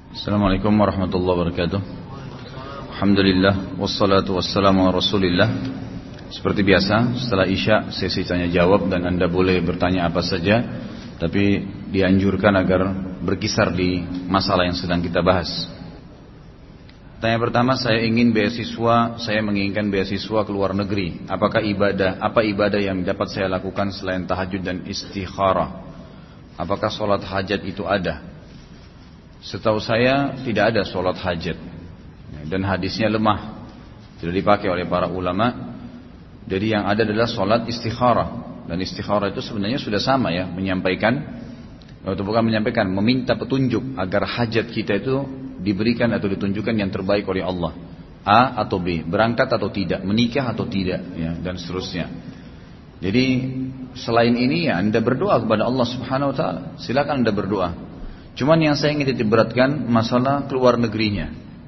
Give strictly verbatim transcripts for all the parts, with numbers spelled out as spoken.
Assalamualaikum warahmatullahi wabarakatuh. Alhamdulillah wassalatu wassalamu ala Rasulillah. Seperti biasa, setelah Isya sesi tanya jawab dan Anda boleh bertanya apa saja, tapi dianjurkan agar berkisar di masalah yang sedang kita bahas. Tanya pertama, saya ingin beasiswa, saya menginginkan beasiswa ke luar negeri. Apakah ibadah, apa ibadah yang dapat saya lakukan selain tahajud dan istikharah? Apakah sholat hajat itu ada? Setahu saya tidak ada sholat hajat, dan hadisnya lemah, tidak dipakai oleh para ulama. Jadi yang ada adalah sholat istikharah, dan istikharah itu sebenarnya sudah sama ya, menyampaikan atau bukan menyampaikan, meminta petunjuk agar hajat kita itu diberikan atau ditunjukkan yang terbaik oleh Allah. A atau B, berangkat atau tidak, menikah atau tidak, ya, dan seterusnya. Jadi selain ini ya Anda berdoa kepada Allah Subhanahu Wa Taala. Silakan Anda berdoa. Cuman yang saya ingin titik beratkan masalah keluar negerinya.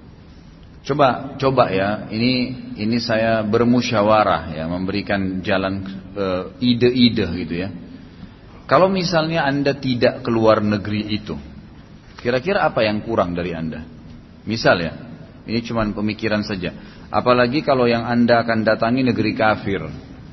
Coba, coba ya, ini ini saya bermusyawarah ya, memberikan jalan e, ide-ide gitu ya. Kalau misalnya Anda tidak keluar negeri itu, kira-kira apa yang kurang dari Anda? Misal ya, ini cuma pemikiran saja. Apalagi kalau yang Anda akan datangi negeri kafir.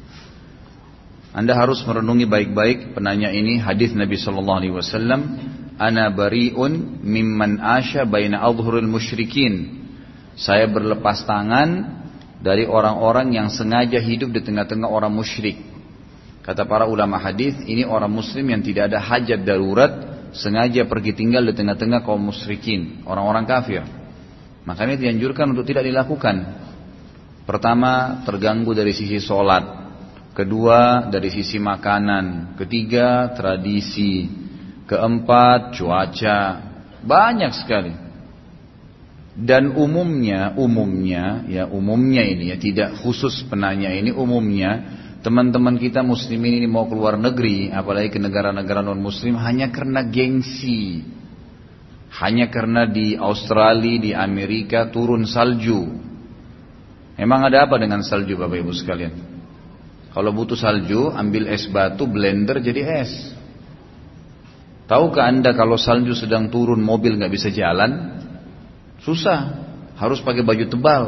Anda harus merenungi baik-baik penanya ini, hadis Nabi Sallallahu Alaihi Wasallam. Ana bari'un mimman asya baina adhuril musyrikin. Saya berlepas tangan dari orang-orang yang sengaja hidup di tengah-tengah orang musyrik. Kata para ulama hadis, ini orang muslim yang tidak ada hajat darurat, sengaja pergi tinggal di tengah-tengah kaum musyrikin, orang-orang kafir. Makanya dianjurkan untuk tidak dilakukan. Pertama, terganggu dari sisi sholat. Kedua, dari sisi makanan. Ketiga, tradisi. Keempat, cuaca. Banyak sekali. Dan umumnya, umumnya, ya umumnya ini ya, tidak khusus penanya ini, umumnya teman-teman kita muslimin ini mau keluar negeri, apalagi ke negara-negara non muslim, hanya karena gengsi. Hanya karena di Australia, di Amerika turun salju. Emang ada apa dengan salju Bapak Ibu sekalian? Kalau butuh salju, ambil es batu, blender jadi es. Tahukah Anda kalau salju sedang turun, mobil nggak bisa jalan? Susah, harus pakai baju tebal.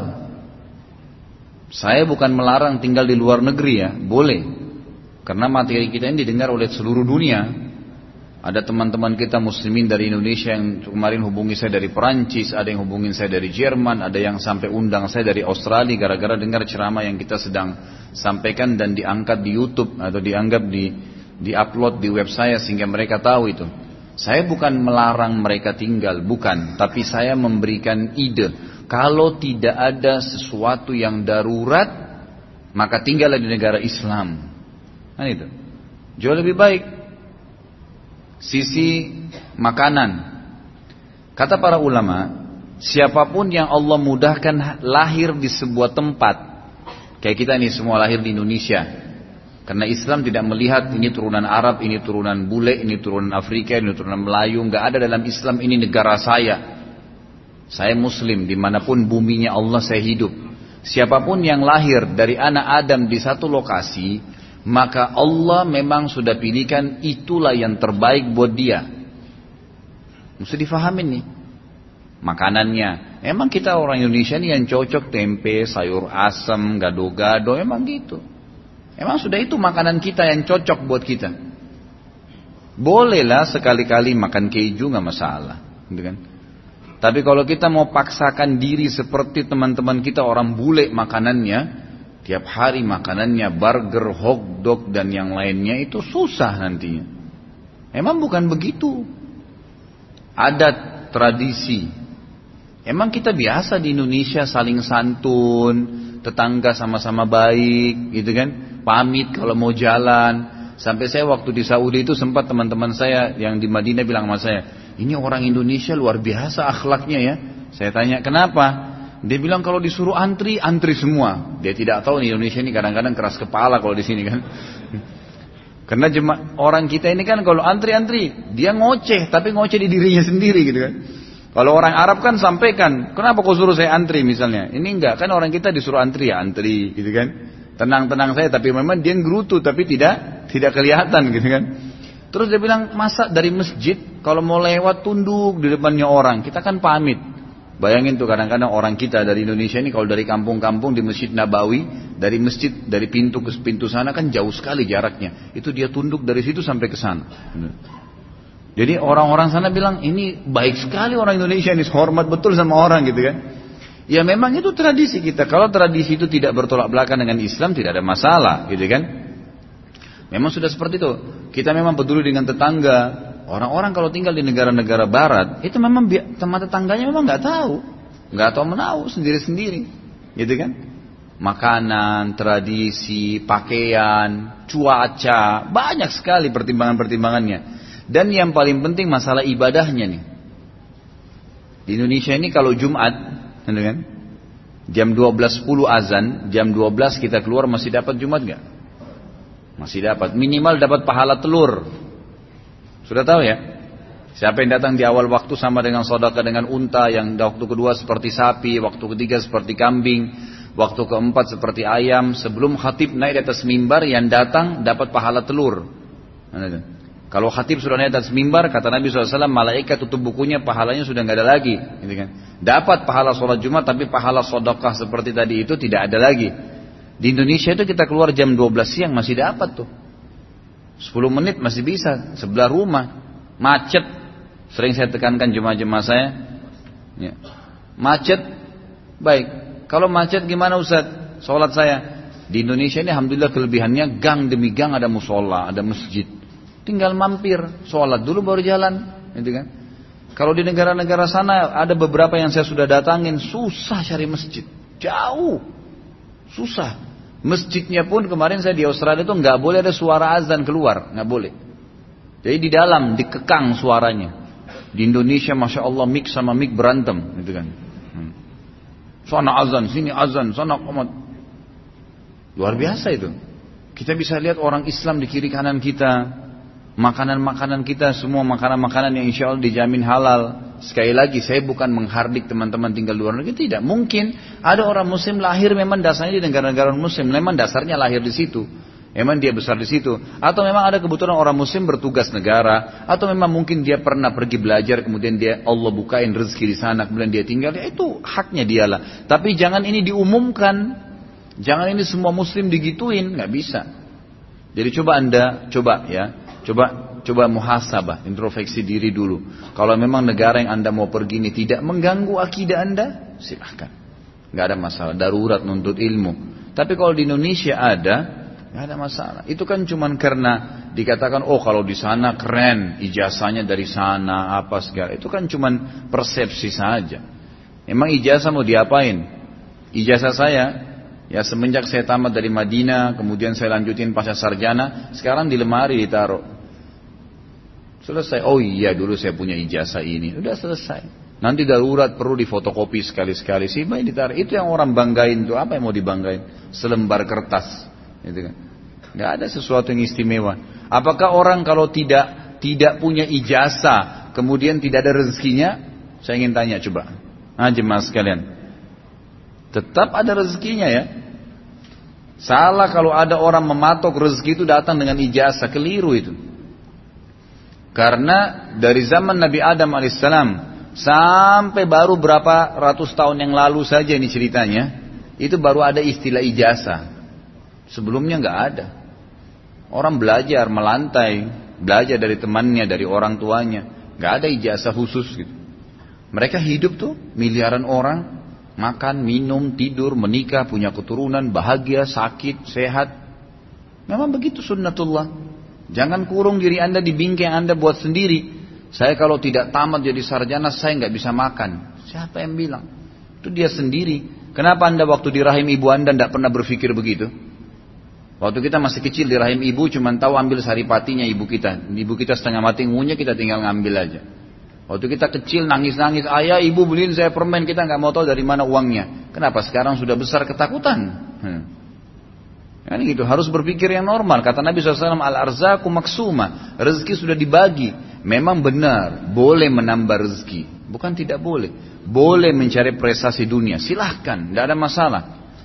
Saya bukan melarang tinggal di luar negeri ya, boleh. Karena materi kita ini didengar oleh seluruh dunia. Ada teman-teman kita muslimin dari Indonesia yang kemarin hubungi saya dari Perancis, ada yang hubungin saya dari Jerman, ada yang sampai undang saya dari Australia gara-gara dengar ceramah yang kita sedang sampaikan dan diangkat di YouTube atau dianggap di di-upload di web saya sehingga mereka tahu itu. Saya bukan melarang mereka tinggal, bukan, tapi saya memberikan ide. Kalau tidak ada sesuatu yang darurat, maka tinggallah di negara Islam. Kan itu. Jauh lebih baik. Sisi makanan. Kata para ulama, siapapun yang Allah mudahkan lahir di sebuah tempat, kayak kita ini semua lahir di Indonesia. Karena Islam tidak melihat ini turunan Arab, ini turunan bule, ini turunan Afrika, ini turunan Melayu. Nggak ada dalam Islam ini negara saya. Saya Muslim, dimanapun buminya Allah saya hidup. Siapapun yang lahir dari anak Adam di satu lokasi, maka Allah memang sudah pilihkan itulah yang terbaik buat dia. Mesti difahamin nih. Makanannya, emang kita orang Indonesia nih yang cocok tempe, sayur asem, gado-gado, emang gitu. Emang sudah itu makanan kita yang cocok buat kita. Bolehlah sekali-kali makan keju nggak masalah, gitu kan? Tapi kalau kita mau paksakan diri seperti teman-teman kita orang bule makanannya, tiap hari makanannya burger, hotdog dan yang lainnya, itu susah nantinya. Emang bukan begitu. Adat, tradisi. Emang kita biasa di Indonesia saling santun, tetangga sama-sama baik, gitu kan? Pamit kalau mau jalan. Sampai saya waktu di Saudi itu sempat teman-teman saya yang di Madinah bilang sama saya, ini orang Indonesia luar biasa akhlaknya ya. Saya tanya kenapa? Dia bilang kalau disuruh antri, antri semua. Dia tidak tahu nih Indonesia ini kadang-kadang keras kepala kalau di sini kan. Karena jema- orang kita ini kan kalau antri-antri, dia ngoceh, tapi ngoceh di dirinya sendiri gitu kan. Kalau orang Arab kan sampaikan, kenapa kau suruh saya antri misalnya? Ini enggak, kan orang kita disuruh antri ya antri gitu kan. Tenang-tenang saya, tapi memang dia ngerutu tapi tidak tidak kelihatan gitu kan. Terus dia bilang, masa dari masjid kalau mau lewat tunduk di depannya orang, kita kan pamit. Bayangin tuh kadang-kadang orang kita dari Indonesia ini kalau dari kampung-kampung di Masjid Nabawi, dari masjid dari pintu ke pintu sana kan jauh sekali jaraknya. Itu dia tunduk dari situ sampai ke sana. Jadi orang-orang sana bilang, ini baik sekali orang Indonesia ini, hormat betul sama orang gitu kan. Ya memang itu tradisi kita. Kalau tradisi itu tidak bertolak belakang dengan Islam tidak ada masalah gitu kan. Memang sudah seperti itu. Kita memang peduli dengan tetangga. Orang-orang kalau tinggal di negara-negara barat, itu memang teman tetangganya memang nggak tahu, nggak tahu menahu sendiri-sendiri, gitu kan? Makanan, tradisi, pakaian, cuaca, banyak sekali pertimbangan-pertimbangannya. Dan yang paling penting masalah ibadahnya nih. Di Indonesia ini kalau Jumat, gitu kan? Jam dua belas sepuluh azan, jam dua belas kita keluar masih dapat Jumat nggak? Masih dapat, minimal dapat pahala telur. Sudah tahu ya? Siapa yang datang di awal waktu sama dengan sedekah dengan unta, yang waktu kedua seperti sapi, waktu ketiga seperti kambing, waktu keempat seperti ayam. Sebelum khatib naik di atas mimbar, yang datang dapat pahala telur. Kalau khatib sudah naik di atas mimbar, kata Nabi shallallahu alaihi wasallam, malaikat tutup bukunya, pahalanya sudah nggak ada lagi. Gitu kan? Dapat pahala sholat Jumat, tapi pahala sedekah seperti tadi itu tidak ada lagi. Di Indonesia itu kita keluar jam dua belas siang masih dapat tuh. sepuluh menit masih bisa, sebelah rumah. Macet, sering saya tekankan jemaah-jemaah saya ya. Macet, baik. Kalau macet gimana Ustaz? Sholat saya di Indonesia ini alhamdulillah kelebihannya, gang demi gang ada musola, ada masjid. Tinggal mampir, sholat dulu baru jalan, gitu kan? Kalau di negara-negara sana ada beberapa yang saya sudah datangin, susah cari masjid, jauh, susah. Masjidnya pun kemarin saya di Australia itu nggak boleh ada suara azan keluar, nggak boleh. Jadi di dalam dikekang suaranya. Di Indonesia masya Allah mik sama mik berantem, gitu kan. Hmm. Sana azan, sini azan, sana qomat. Luar biasa itu. Kita bisa lihat orang Islam di kiri kanan kita, makanan-makanan kita semua makanan-makanan yang insya Allah dijamin halal. Sekali lagi saya bukan menghardik teman-teman tinggal di luar negeri, tidak. Mungkin ada orang muslim lahir memang dasarnya di negara-negara muslim, memang dasarnya lahir di situ, memang dia besar di situ, atau memang ada kebetulan orang muslim bertugas negara, atau memang mungkin dia pernah pergi belajar kemudian dia Allah bukain rezeki di sana kemudian dia tinggal, ya itu haknya dialah. Tapi jangan ini diumumkan, jangan ini semua muslim digituin, nggak bisa. Jadi coba anda coba ya, coba Coba muhasabah, introspeksi diri dulu. Kalau memang negara yang anda mau pergi ini tidak mengganggu akidah anda, silahkan. Gak ada masalah, darurat nuntut ilmu. Tapi kalau di Indonesia ada, gak ada masalah. Itu kan cuman karena dikatakan, oh kalau di sana keren, ijazahnya dari sana, apa segala. Itu kan cuman persepsi saja. Emang ijazah mau diapain? Ijazah saya, ya semenjak saya tamat dari Madinah, kemudian saya lanjutin pasca sarjana, sekarang di lemari ditaruh. Selesai. Oh iya dulu saya punya ijazah ini. Udah selesai. Nanti darurat perlu difotokopi sekali-sekali. Sih baik ditaruh. Itu yang orang banggain tuh. Apa yang mau dibanggain? Selembar kertas. Gitu kan. Gak ada sesuatu yang istimewa. Apakah orang kalau tidak tidak punya ijazah kemudian tidak ada rezekinya? Saya ingin tanya coba. Nah jemaah sekalian. Tetap ada rezekinya ya. Salah kalau ada orang mematok rezeki itu datang dengan ijazah. Keliru itu. Karena dari zaman Nabi Adam alaihissalam sampai baru berapa ratus tahun yang lalu saja ini ceritanya, itu baru ada istilah ijazah. Sebelumnya nggak ada. Orang belajar melantai, belajar dari temannya, dari orang tuanya, nggak ada ijazah khusus gitu. Mereka hidup tuh miliaran orang, makan, minum, tidur, menikah, punya keturunan, bahagia, sakit, sehat. Memang begitu sunnatullah. Jangan kurung diri anda di bingkai yang anda buat sendiri. Saya kalau tidak tamat jadi sarjana saya nggak bisa makan. Siapa yang bilang? Itu dia sendiri. Kenapa anda waktu di rahim ibu anda tidak pernah berpikir begitu? Waktu kita masih kecil di rahim ibu cuma tahu ambil saripatinya ibu kita. Ibu kita setengah mati ngunyah kita tinggal ngambil aja. Waktu kita kecil nangis-nangis, ayah ibu beliin saya permen, kita nggak mau tahu dari mana uangnya. Kenapa? Sekarang sudah besar ketakutan. Hmm. Kan gitu, harus berpikir yang normal. Kata Nabi shallallahu alaihi wasallam, al-arzaku maksuma, rezeki sudah dibagi. Memang benar, boleh menambah rezeki, bukan tidak boleh. Boleh mencari prestasi dunia, silahkan, tidak ada masalah.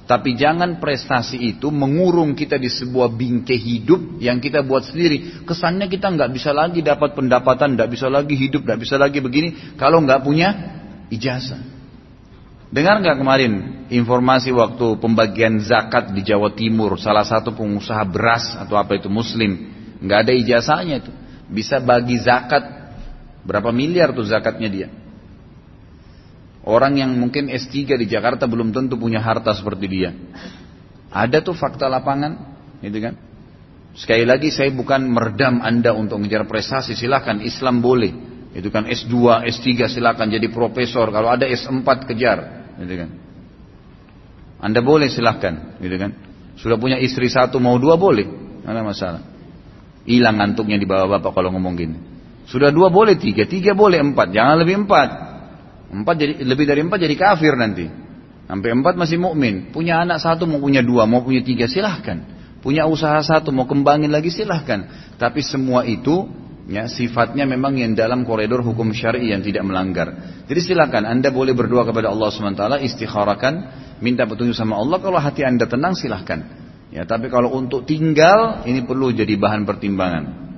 Tapi jangan prestasi itu mengurung kita di sebuah bingkai hidup yang kita buat sendiri. Kesannya kita nggak bisa lagi dapat pendapatan, nggak bisa lagi hidup, nggak bisa lagi begini kalau nggak punya ijazah. Dengar nggak kemarin informasi waktu pembagian zakat di Jawa Timur, salah satu pengusaha beras atau apa itu Muslim, nggak ada ijazahnya itu, bisa bagi zakat berapa miliar tuh zakatnya dia. Orang yang mungkin S tiga di Jakarta belum tentu punya harta seperti dia. Ada tuh fakta lapangan, gitu kan? Sekali lagi saya bukan meredam Anda untuk mengejar prestasi, silakan Islam boleh. Itu kan S dua, S tiga silakan jadi profesor, kalau ada S empat kejar, gitu kan? Anda boleh silakan, gitu kan? Sudah punya istri satu mau dua boleh, nggak ada masalah. Hilang ngantuknya di bawah bapak kalau ngomong gini. Sudah dua boleh tiga, tiga boleh empat, jangan lebih empat. Empat jadi lebih dari empat jadi kafir nanti. Sampai empat masih mukmin. Punya anak satu mau punya dua, mau punya tiga silahkan. Punya usaha satu mau kembangin lagi silahkan. Tapi semua itu ya sifatnya memang yang dalam koridor hukum syar'i yang tidak melanggar. Jadi silakan Anda boleh berdoa kepada Allah subhanahu wa taala, istikharakan, minta petunjuk sama Allah. Kalau hati Anda tenang silahkan. Ya, tapi kalau untuk tinggal ini perlu jadi bahan pertimbangan.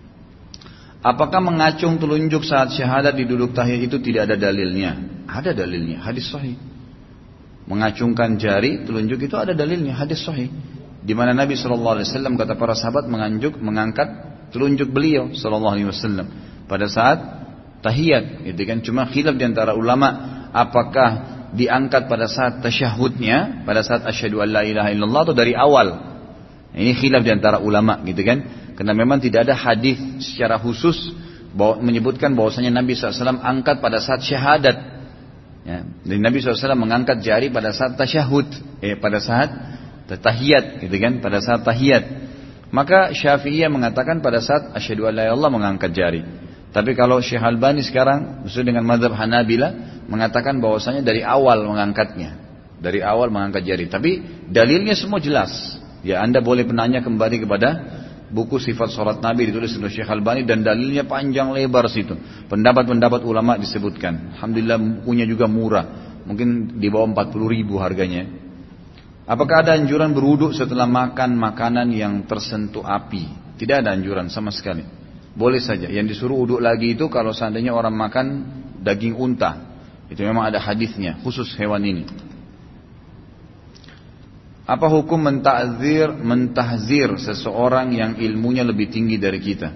Apakah mengacung telunjuk saat syahadat di duduk tahiyat itu tidak ada dalilnya? Ada dalilnya, hadis sahih. Mengacungkan jari telunjuk itu ada dalilnya, hadis sahih. Di mana Nabi shallallahu alaihi wasallam kata para sahabat menganjuk, mengangkat telunjuk beliau shallallahu alaihi wasallam pada saat tahiyat. Itu kan cuma khilaf di antara ulama apakah diangkat pada saat tasyahudnya, pada saat asyhadu an la ilaha illallah atau dari awal. Ini khilaf di antara ulama, gitu kan? Karena memang tidak ada hadis secara khusus bahwa, menyebutkan bahwasanya Nabi shallallahu alaihi wasallam angkat pada saat syahadat. Ya, dan Nabi shallallahu alaihi wasallam mengangkat jari pada saat tasyahud, eh, pada saat tahiyat, gitu kan? Pada saat tahiyat. Maka Syafi'iyah mengatakan pada saat asyhadu an la ilaha illallah mengangkat jari. Tapi kalau Syekh Albani sekarang sesuai dengan mazhab Hanabila mengatakan bahwasanya dari awal mengangkatnya, dari awal mengangkat jari. Tapi dalilnya semua jelas. Ya, Anda boleh penanya kembali kepada buku sifat salat Nabi ditulis oleh Syekh Albani dan dalilnya panjang lebar situ. Pendapat-pendapat ulama disebutkan. Alhamdulillah bukunya juga murah. Mungkin di bawah empat puluh ribu harganya. Apakah ada anjuran berwudu setelah makan makanan yang tersentuh api? Tidak ada anjuran sama sekali. Boleh saja. Yang disuruh wudu lagi itu kalau seandainya orang makan daging unta. Itu memang ada hadisnya khusus hewan ini. Apa hukum mentahzir, mentahzir seseorang yang ilmunya lebih tinggi dari kita?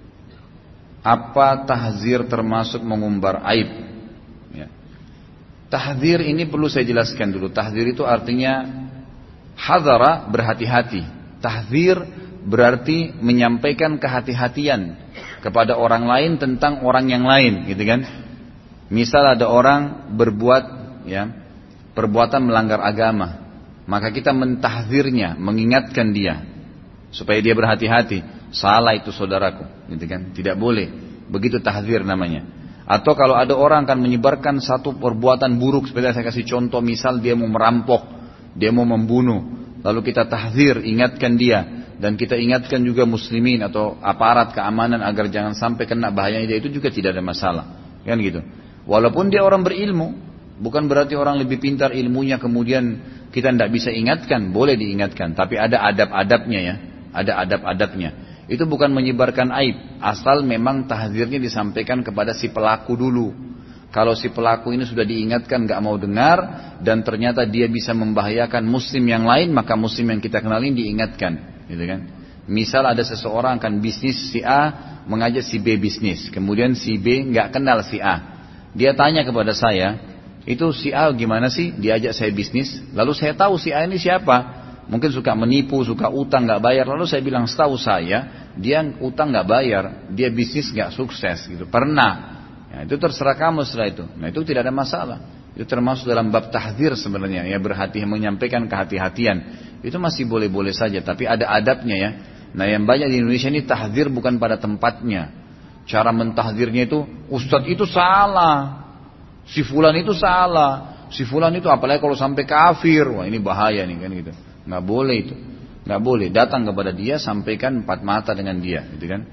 Apa tahzir termasuk mengumbar aib? Ya. Tahzir ini perlu saya jelaskan dulu. Tahzir itu artinya hadara, berhati-hati. Tahzir berarti menyampaikan kehati-hatian kepada orang lain tentang orang yang lain, gitu kan? Misal ada orang berbuat ya perbuatan melanggar agama. Maka kita mentahzirnya, mengingatkan dia supaya dia berhati-hati. Salah itu saudaraku, gitu kan? Tidak boleh. Begitu tahzir namanya. Atau kalau ada orang akan menyebarkan satu perbuatan buruk, seperti saya kasih contoh, misal dia mau merampok, dia mau membunuh, lalu kita tahzir, ingatkan dia, dan kita ingatkan juga muslimin atau aparat keamanan agar jangan sampai kena bahayanya dia, itu juga tidak ada masalah, kan gitu. Walaupun dia orang berilmu, bukan berarti orang lebih pintar ilmunya kemudian kita tidak bisa ingatkan, boleh diingatkan. Tapi ada adab-adabnya ya, ada adab-adabnya. Itu bukan menyebarkan aib, asal memang tahzirnya disampaikan kepada si pelaku dulu. Kalau si pelaku ini sudah diingatkan gak mau dengar, dan ternyata dia bisa membahayakan muslim yang lain, maka muslim yang kita kenalin diingatkan, gitu kan? Misal ada seseorang akan bisnis, si A mengajak si B bisnis, kemudian si B gak kenal si A. Dia tanya kepada saya, itu si A gimana sih diajak saya bisnis? Lalu saya tahu si A ini siapa. Mungkin suka menipu, suka utang gak bayar. Lalu saya bilang, setahu saya dia utang gak bayar, dia bisnis gak sukses gitu. Pernah ya, itu terserah kamu setelah itu. Nah itu tidak ada masalah. Itu termasuk dalam bab tahzir sebenarnya ya, berhati menyampaikan kehati-hatian. Itu masih boleh-boleh saja, tapi ada adabnya ya. Nah yang banyak di Indonesia ini tahzir bukan pada tempatnya. Cara mentahzirnya itu, ustadz itu salah, si fulan itu salah, si fulan itu apalagi kalau sampai kafir, wah ini bahaya nih kan gitu. Nggak boleh itu, nggak boleh. Datang kepada dia, sampaikan empat mata dengan dia, gitu kan.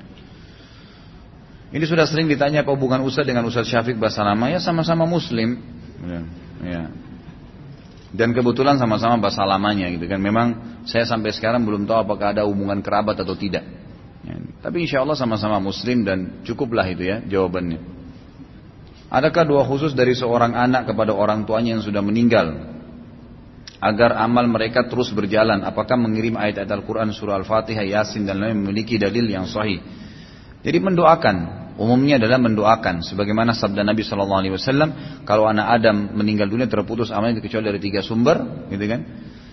Ini sudah sering ditanya apa hubungan Ustaz dengan Ustaz Syafiq Basalamah, ya sama-sama Muslim, ya. Ya. Dan kebetulan sama-sama bahasa lamanya gitu kan. Memang saya sampai sekarang belum tahu apakah ada hubungan kerabat atau tidak. Ya, tapi insya Allah sama-sama muslim dan cukuplah itu ya jawabannya. Adakah doa khusus dari seorang anak kepada orang tuanya yang sudah meninggal agar amal mereka terus berjalan? Apakah mengirim ayat-ayat Al-Quran, surah Al-Fatihah, Yasin dan lain memiliki dalil yang sahih? Jadi mendoakan, umumnya adalah mendoakan. Sebagaimana sabda Nabi shallallahu alaihi wasallam, kalau anak Adam meninggal dunia terputus amalnya kecuali dari tiga sumber, gitu kan?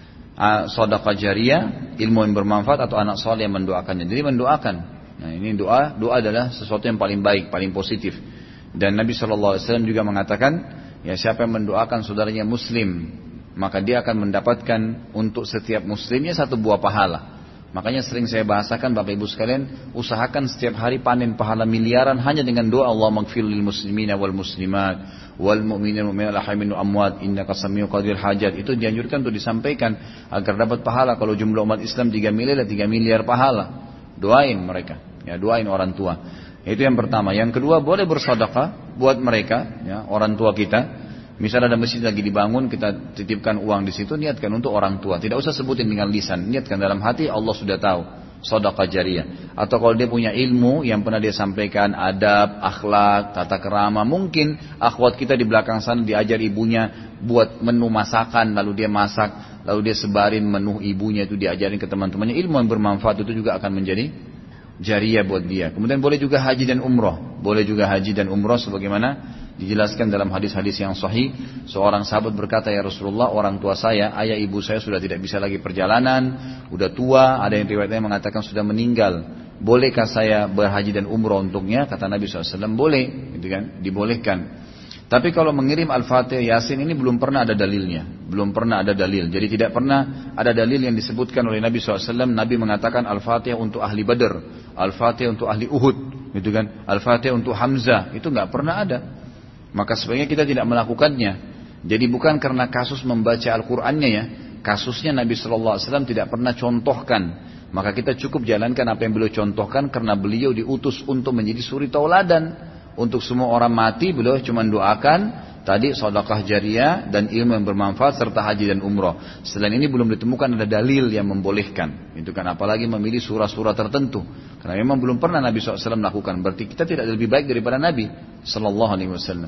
Shadaqah jariyah, ilmu yang bermanfaat, atau anak saleh yang mendoakannya. Jadi mendoakan. Nah ini doa, doa adalah sesuatu yang paling baik, paling positif. Dan Nabi shallallahu alaihi wasallam juga mengatakan, ya siapa yang mendoakan saudaranya muslim, maka dia akan mendapatkan untuk setiap muslimnya satu buah pahala. Makanya sering saya bahasakan Bapak Ibu sekalian, usahakan setiap hari panen pahala miliaran hanya dengan doa Allah maghfir lil muslimina wal muslimat wal mu'minina wal mu'minat al-ahya'i amwat innaka samiu qadir hajat. Itu dianjurkan untuk disampaikan agar dapat pahala. Kalau jumlah umat Islam tiga miliar, tiga miliar pahala. Doain mereka, ya doain orang tua. Itu yang pertama. Yang kedua, boleh bersedekah buat mereka, ya orang tua kita. Misalnya ada masjid lagi dibangun, kita titipkan uang di situ, niatkan untuk orang tua. Tidak usah sebutin dengan lisan, niatkan dalam hati, Allah sudah tahu. Sedekah jariyah. Atau kalau dia punya ilmu yang pernah dia sampaikan, adab, akhlak, tata kerama, mungkin akhwat kita di belakang sana diajar ibunya buat menu masakan, lalu dia masak, lalu dia sebarin menu ibunya itu diajarin ke teman-temannya. Ilmu yang bermanfaat itu juga akan menjadi jariyah buat dia. Kemudian boleh juga haji dan umroh. Boleh juga haji dan umroh sebagaimana dijelaskan dalam hadis-hadis yang sahih. Seorang sahabat berkata, ya Rasulullah, orang tua saya, ayah ibu saya sudah tidak bisa lagi perjalanan, udah tua, ada yang riwayatnya mengatakan sudah meninggal. Bolehkah saya berhaji dan umroh untuknya? Kata Nabi shallallahu alaihi wasallam, boleh, gitu kan, dibolehkan. Tapi kalau mengirim Al-Fatihah, Yasin ini belum pernah ada dalilnya. Belum pernah ada dalil. Jadi tidak pernah ada dalil yang disebutkan oleh Nabi shallallahu alaihi wasallam. Nabi mengatakan Al-Fatihah untuk ahli Badr, Al-Fatihah untuk ahli Uhud, gitu kan, Al-Fatihah untuk Hamzah. Itu nggak pernah ada. Maka sebaiknya kita tidak melakukannya. Jadi bukan karena kasus membaca Al-Qur'annya ya. Kasusnya Nabi shallallahu alaihi wasallam tidak pernah contohkan. Maka kita cukup jalankan apa yang beliau contohkan, karena beliau diutus untuk menjadi suri tauladan. Untuk semua orang mati beliau cuma doakan tadi sedekah jariyah dan ilmu yang bermanfaat serta haji dan umroh. Selain ini belum ditemukan ada dalil yang membolehkan. Itu kan apalagi memilih surah-surah tertentu. Karena memang belum pernah Nabi shallallahu alaihi wasallam lakukan. Berarti kita tidak lebih baik daripada Nabi shallallahu alaihi wasallam.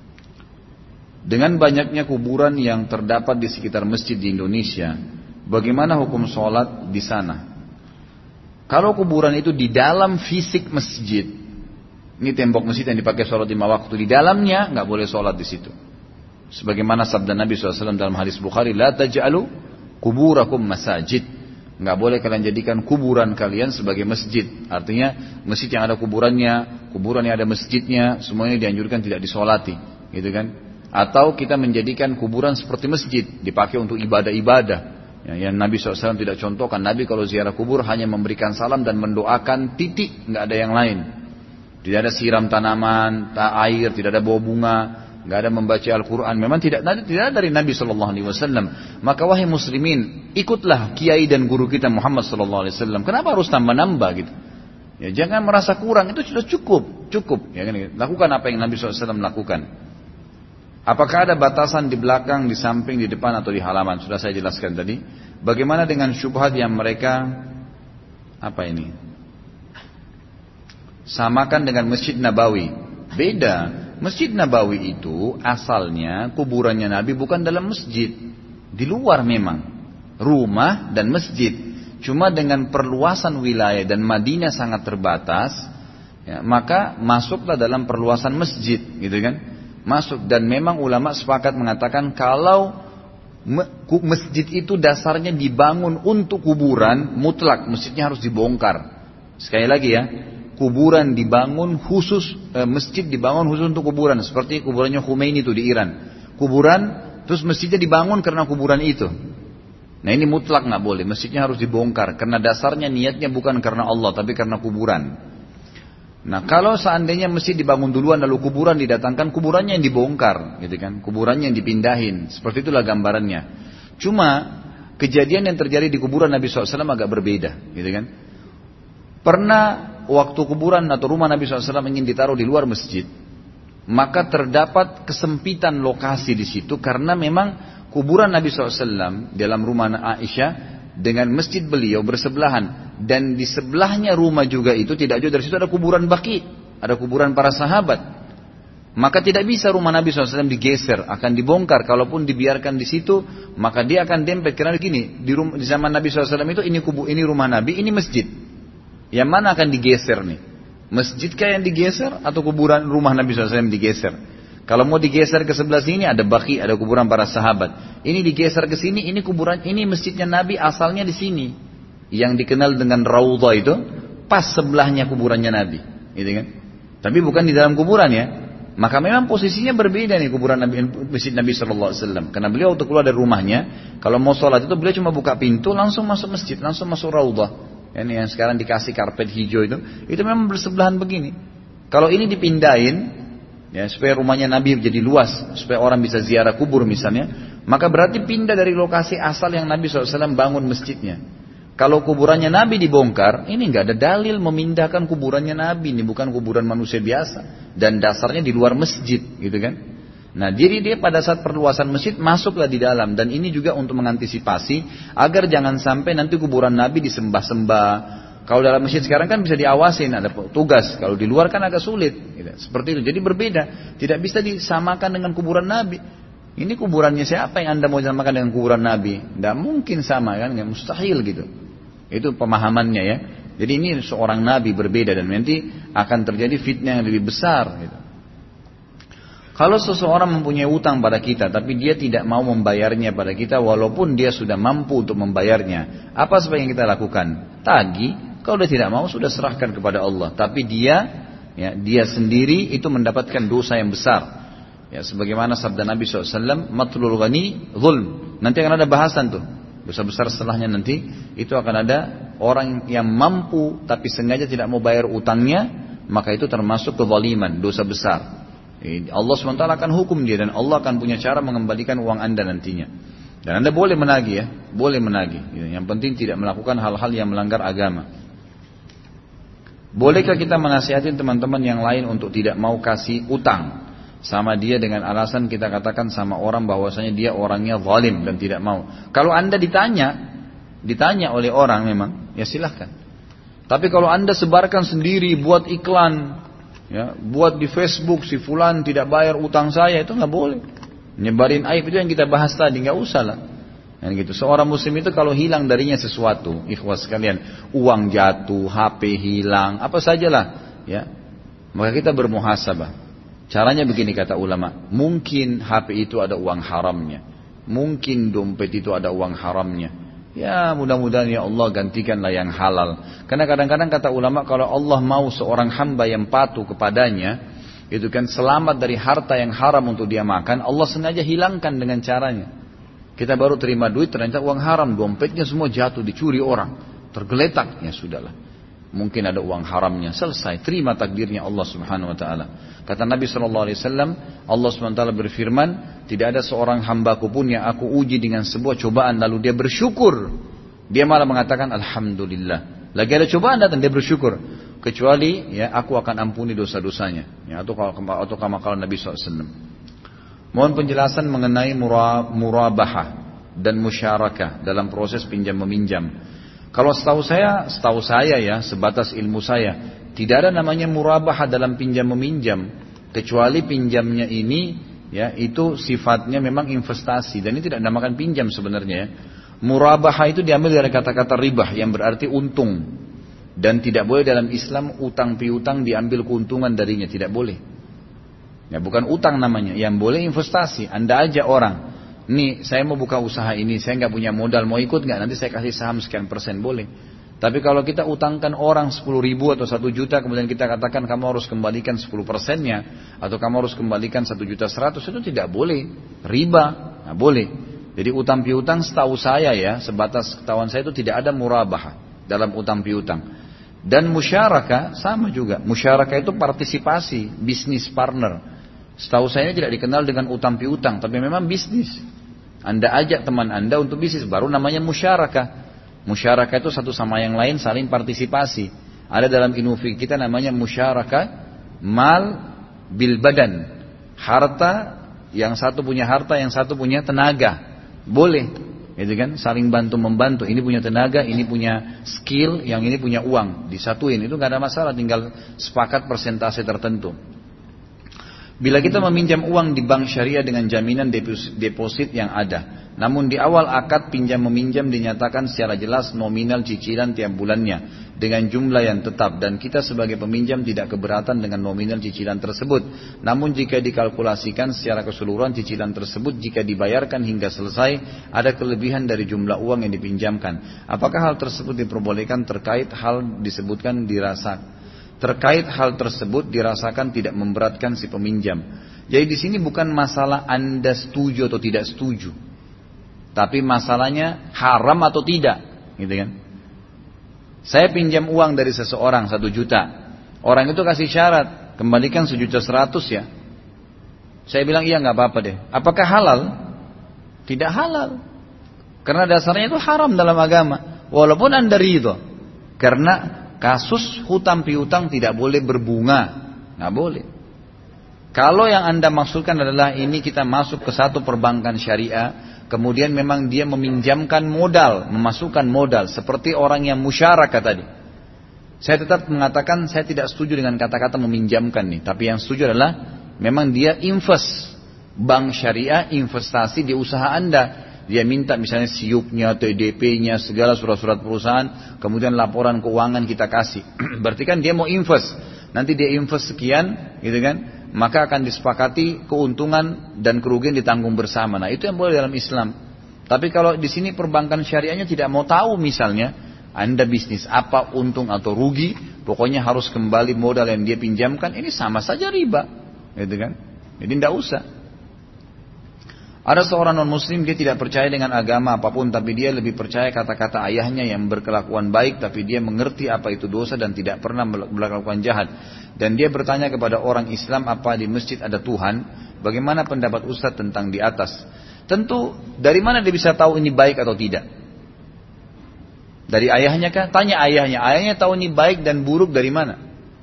Dengan banyaknya kuburan yang terdapat di sekitar masjid di Indonesia, bagaimana hukum sholat di sana? Kalau kuburan itu di dalam fisik masjid, ini tembok masjid yang dipakai sholat lima waktu, di dalamnya nggak boleh sholat di situ. Sebagaimana sabda Nabi shallallahu alaihi wasallam dalam hadis Bukhari, la taj'alu kuburakum masajid. Nggak boleh kalian jadikan kuburan kalian sebagai masjid. Artinya masjid yang ada kuburannya, kuburan yang ada masjidnya, semuanya dianjurkan tidak disolati, gitu kan? Atau kita menjadikan kuburan seperti masjid, dipakai untuk ibadah-ibadah. Ya, yang Nabi shallallahu alaihi wasallam tidak contohkan. Nabi kalau ziarah kubur hanya memberikan salam dan mendoakan titik, nggak ada yang lain. Tidak ada siram tanaman, tak air, tidak ada bawa bunga, nggak ada membaca Al-Quran. Memang tidak, tidak ada dari Nabi shallallahu alaihi wasallam. Maka wahai muslimin, ikutlah kiai dan guru kita Muhammad shallallahu alaihi wasallam. Kenapa harus tambah-nambah gitu? Ya, jangan merasa kurang, itu sudah cukup, cukup. Ya, kan? Lakukan apa yang Nabi shallallahu alaihi wasallam lakukan. Apakah ada batasan di belakang, di samping, di depan atau di halaman? Sudah saya jelaskan tadi. Bagaimana dengan syubhat yang mereka apa ini? Samakan dengan Masjid Nabawi. Beda. Masjid Nabawi itu asalnya kuburannya Nabi bukan dalam masjid, di luar memang, rumah dan masjid. Cuma dengan perluasan wilayah dan Madinah sangat terbatas, ya, maka masuklah dalam perluasan masjid, gitu kan? Masuk. Dan memang ulama sepakat mengatakan kalau masjid itu dasarnya dibangun untuk kuburan, mutlak masjidnya harus dibongkar. Sekali lagi ya, kuburan dibangun khusus, eh, masjid dibangun khusus untuk kuburan, seperti kuburannya Khomeini itu di Iran. Kuburan, terus masjidnya dibangun karena kuburan itu. Nah ini mutlak nggak boleh, masjidnya harus dibongkar karena dasarnya niatnya bukan karena Allah tapi karena kuburan. Nah kalau seandainya masjid dibangun duluan lalu kuburan didatangkan, kuburannya yang dibongkar, gitu kan? Kuburannya yang dipindahin, seperti itulah gambarannya. Cuma kejadian yang terjadi di kuburan Nabi shallallahu alaihi wasallam agak berbeda, gitu kan? Pernah waktu kuburan atau rumah Nabi shallallahu alaihi wasallam ingin ditaruh di luar masjid, maka terdapat kesempitan lokasi di situ karena memang kuburan Nabi shallallahu alaihi wasallam dalam rumah Aisyah dengan masjid beliau bersebelahan, dan di sebelahnya rumah juga itu tidak jauh dari situ ada kuburan Baqi, ada kuburan para sahabat. Maka tidak bisa rumah Nabi shallallahu alaihi wasallam digeser, akan dibongkar. Kalaupun dibiarkan di situ, maka dia akan dempet. Karena gini, di, rumah, di zaman Nabi shallallahu alaihi wasallam itu ini kubu, ini rumah Nabi, ini masjid. Yang mana akan digeser nih? Masjidkah yang digeser atau kuburan rumah Nabi shallallahu alaihi wasallam digeser? Kalau mau digeser ke sebelah sini ada Baqi, ada kuburan para sahabat. Ini digeser ke sini, ini kuburan, ini masjidnya Nabi asalnya di sini. Yang dikenal dengan Raudhah itu pas sebelahnya kuburannya Nabi, gitu kan? Tapi bukan di dalam kuburan ya. Maka memang posisinya berbeda nih kuburan Nabi, masjid Nabi Shallallahu Alaihi Wasallam. Karena beliau waktu keluar dari rumahnya, kalau mau sholat itu beliau cuma buka pintu, langsung masuk masjid, langsung masuk Raudhah. Ini yang sekarang dikasih karpet hijau itu, itu memang bersebelahan begini. Kalau ini dipindahin, ya, supaya rumahnya Nabi jadi luas, supaya orang bisa ziarah kubur misalnya, maka berarti pindah dari lokasi asal yang Nabi shallallahu alaihi wasallam bangun masjidnya. Kalau kuburannya Nabi dibongkar, ini nggak ada dalil memindahkan kuburannya Nabi, ini bukan kuburan manusia biasa, dan dasarnya di luar masjid, gitu kan? Nah, jadi dia pada saat perluasan masjid masuklah di dalam, dan ini juga untuk mengantisipasi agar jangan sampai nanti kuburan Nabi disembah-sembah. Kalau dalam masjid sekarang kan bisa diawasin, ada tugas. Kalau di luar kan agak sulit, gitu. Seperti itu. Jadi berbeda, tidak bisa disamakan dengan kuburan Nabi. Ini kuburannya siapa yang anda mau samakan dengan kuburan Nabi? Tidak mungkin sama kan, nggak, mustahil gitu. Itu pemahamannya ya. Jadi ini seorang Nabi berbeda, dan nanti akan terjadi fitnah yang lebih besar. Gitu. Kalau seseorang mempunyai utang pada kita, tapi dia tidak mau membayarnya pada kita, walaupun dia sudah mampu untuk membayarnya, apa sebaiknya kita lakukan? Tagih. Kalau dia tidak mau, sudah serahkan kepada Allah. Tapi dia, ya, dia sendiri itu mendapatkan dosa yang besar. Ya, sebagaimana sabda Nabi shallallahu alaihi wasallam, matlul ghani zulm. Nanti akan ada bahasan tuh. Dosa besar setelahnya nanti, itu akan ada orang yang mampu, tapi sengaja tidak mau bayar utangnya, maka itu termasuk kezaliman, dosa besar. Allah subhanahu wa taala akan hukum dia, dan Allah akan punya cara mengembalikan uang anda nantinya. Dan anda boleh menagih ya, boleh menagih. Yang penting tidak melakukan hal-hal yang melanggar agama. Bolehkah kita menasihatin teman-teman yang lain untuk tidak mau kasih utang sama dia dengan alasan kita katakan sama orang bahwasanya dia orangnya zalim dan tidak mau? Kalau anda ditanya, ditanya oleh orang memang, ya silahkan. Tapi kalau anda sebarkan sendiri, buat iklan, ya, buat di Facebook si fulan tidak bayar utang saya, itu nggak boleh. Nyebarin aib itu yang kita bahas tadi, nggak usah lah. Dan gitu. Seorang muslim itu kalau hilang darinya sesuatu, ikhwas sekalian, uang jatuh, H P hilang, apa sajalah, ya, maka kita bermuhasabah. Caranya begini kata ulama, mungkin H P itu ada uang haramnya, mungkin dompet itu ada uang haramnya. Ya mudah-mudahan ya Allah gantikanlah yang halal. Karena kadang-kadang kata ulama, kalau Allah mau seorang hamba yang patuh kepadanya, itu kan selamat dari harta yang haram untuk dia makan, Allah sengaja hilangkan dengan caranya. Kita baru terima duit, ternyata uang haram, dompetnya semua jatuh, dicuri orang, tergeletak, ya sudahlah. Mungkin ada uang haramnya, selesai, terima takdirnya Allah subhanahu wa ta'ala. Kata Nabi shallallahu alaihi wasallam, Allah subhanahu wa ta'ala berfirman, tidak ada seorang hambaku pun yang aku uji dengan sebuah cobaan lalu dia bersyukur, dia malah mengatakan alhamdulillah. Lagi ada cobaan datang, dia bersyukur, kecuali ya aku akan ampuni dosa-dosanya, ya, atau atau kama qala Nabi shallallahu alaihi wasallam. Mohon penjelasan mengenai murabahah dan musyarakah dalam proses pinjam meminjam. Kalau setahu saya, setahu saya ya, sebatas ilmu saya, tidak ada namanya murabahah dalam pinjam meminjam, kecuali pinjamnya ini, ya, itu sifatnya memang investasi, dan ini tidak dinamakan pinjam sebenarnya. Ya. Murabahah itu diambil dari kata-kata ribah yang berarti untung, dan tidak boleh dalam Islam utang piutang diambil keuntungan darinya, tidak boleh. Ya, bukan utang namanya, yang boleh investasi. Anda aja orang, nih saya mau buka usaha ini, saya nggak punya modal, mau ikut nggak? Nanti saya kasih saham sekian persen, boleh. Tapi kalau kita utangkan orang sepuluh ribu atau satu juta, kemudian kita katakan kamu harus kembalikan sepuluh persennya, atau kamu harus kembalikan satu juta seratus, itu tidak boleh, riba, nggak boleh. Jadi utang piutang setahu saya ya, sebatas ketahuan saya itu tidak ada murabahah dalam utang piutang. Dan musyarakah sama juga, musyarakah itu partisipasi, bisnis partner. Setahu saya tidak dikenal dengan utang piutang, tapi memang bisnis. Anda ajak teman Anda untuk bisnis, baru namanya musyarakah. Musyarakah itu satu sama yang lain saling partisipasi. Ada dalam ilmu fikih kita namanya musyarakah mal bil badan. Harta, yang satu punya harta, yang satu punya tenaga. Boleh, gitu kan? Saling bantu membantu. Ini punya tenaga, ini punya skill, yang ini punya uang, disatuin. Itu nggak ada masalah, tinggal sepakat persentase tertentu. Bila kita meminjam uang di bank syariah dengan jaminan deposit yang ada, namun di awal akad pinjam meminjam dinyatakan secara jelas nominal cicilan tiap bulannya dengan jumlah yang tetap, dan kita sebagai peminjam tidak keberatan dengan nominal cicilan tersebut. Namun jika dikalkulasikan secara keseluruhan cicilan tersebut, jika dibayarkan hingga selesai ada kelebihan dari jumlah uang yang dipinjamkan, apakah hal tersebut diperbolehkan? Terkait hal disebutkan dirasa Terkait hal tersebut dirasakan tidak memberatkan si peminjam. Jadi di sini bukan masalah Anda setuju atau tidak setuju, tapi masalahnya haram atau tidak, gitu kan? Saya pinjam uang dari seseorang satu juta, orang itu kasih syarat kembalikan sejuta seratus ya. Saya bilang iya nggak apa-apa deh. Apakah halal? Tidak halal, karena dasarnya itu haram dalam agama. Walaupun Anda ridho, karena kasus hutang piutang tidak boleh berbunga, nggak boleh. Kalau yang Anda maksudkan adalah ini kita masuk ke satu perbankan syariah, kemudian memang dia meminjamkan modal, memasukkan modal, seperti orang yang musyarakat tadi. Saya tetap mengatakan saya tidak setuju dengan kata-kata meminjamkan nih, tapi yang setuju adalah memang dia invest, bank syariah investasi di usaha Anda. Dia minta misalnya siupnya, T D P-nya, segala surat-surat perusahaan, kemudian laporan keuangan kita kasih. Berarti kan dia mau invest. Nanti dia invest sekian, gitu kan? Maka akan disepakati keuntungan dan kerugian ditanggung bersama. Nah, itu yang boleh dalam Islam. Tapi kalau di sini perbankan syariahnya tidak mau tahu misalnya Anda bisnis apa, untung atau rugi, pokoknya harus kembali modal yang dia pinjamkan, ini sama saja riba, gitu kan? Jadi tidak usah. Ada seorang non-muslim, dia tidak percaya dengan agama apapun, tapi dia lebih percaya kata-kata ayahnya yang berkelakuan baik, tapi dia mengerti apa itu dosa dan tidak pernah melakukan jahat. Dan dia bertanya kepada orang Islam, apa di masjid ada Tuhan? Bagaimana pendapat Ustaz tentang di atas? Tentu, dari mana dia bisa tahu ini baik atau tidak? Dari ayahnya kah? Tanya ayahnya. Ayahnya tahu ini baik dan buruk dari mana?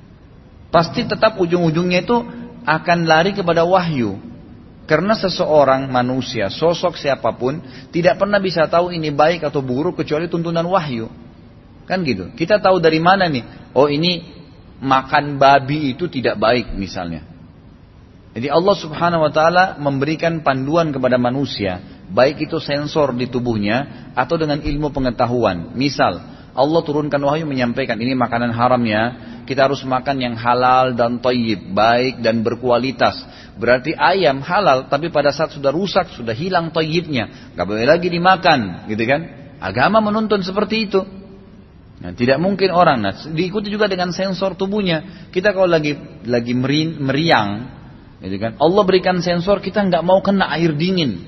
Pasti tetap ujung-ujungnya itu akan lari kepada wahyu. Karena seseorang manusia, sosok siapapun, tidak pernah bisa tahu ini baik atau buruk kecuali tuntunan wahyu. Kan gitu. Kita tahu dari mana nih? Oh, ini makan babi itu tidak baik misalnya. Jadi Allah Subhanahu wa taala memberikan panduan kepada manusia, baik itu sensor di tubuhnya atau dengan ilmu pengetahuan. Misal, Allah turunkan wahyu menyampaikan ini makanan haram ya, kita harus makan yang halal dan thayyib, baik dan berkualitas. Berarti ayam halal, tapi pada saat sudah rusak, sudah hilang thayyibnya, gak boleh lagi dimakan, gitu kan? Agama menuntun seperti itu. Nah, tidak mungkin orang, nah, diikuti juga dengan sensor tubuhnya. Kita kalau lagi lagi meriang, gitu kan? Allah berikan sensor, kita nggak mau kena air dingin.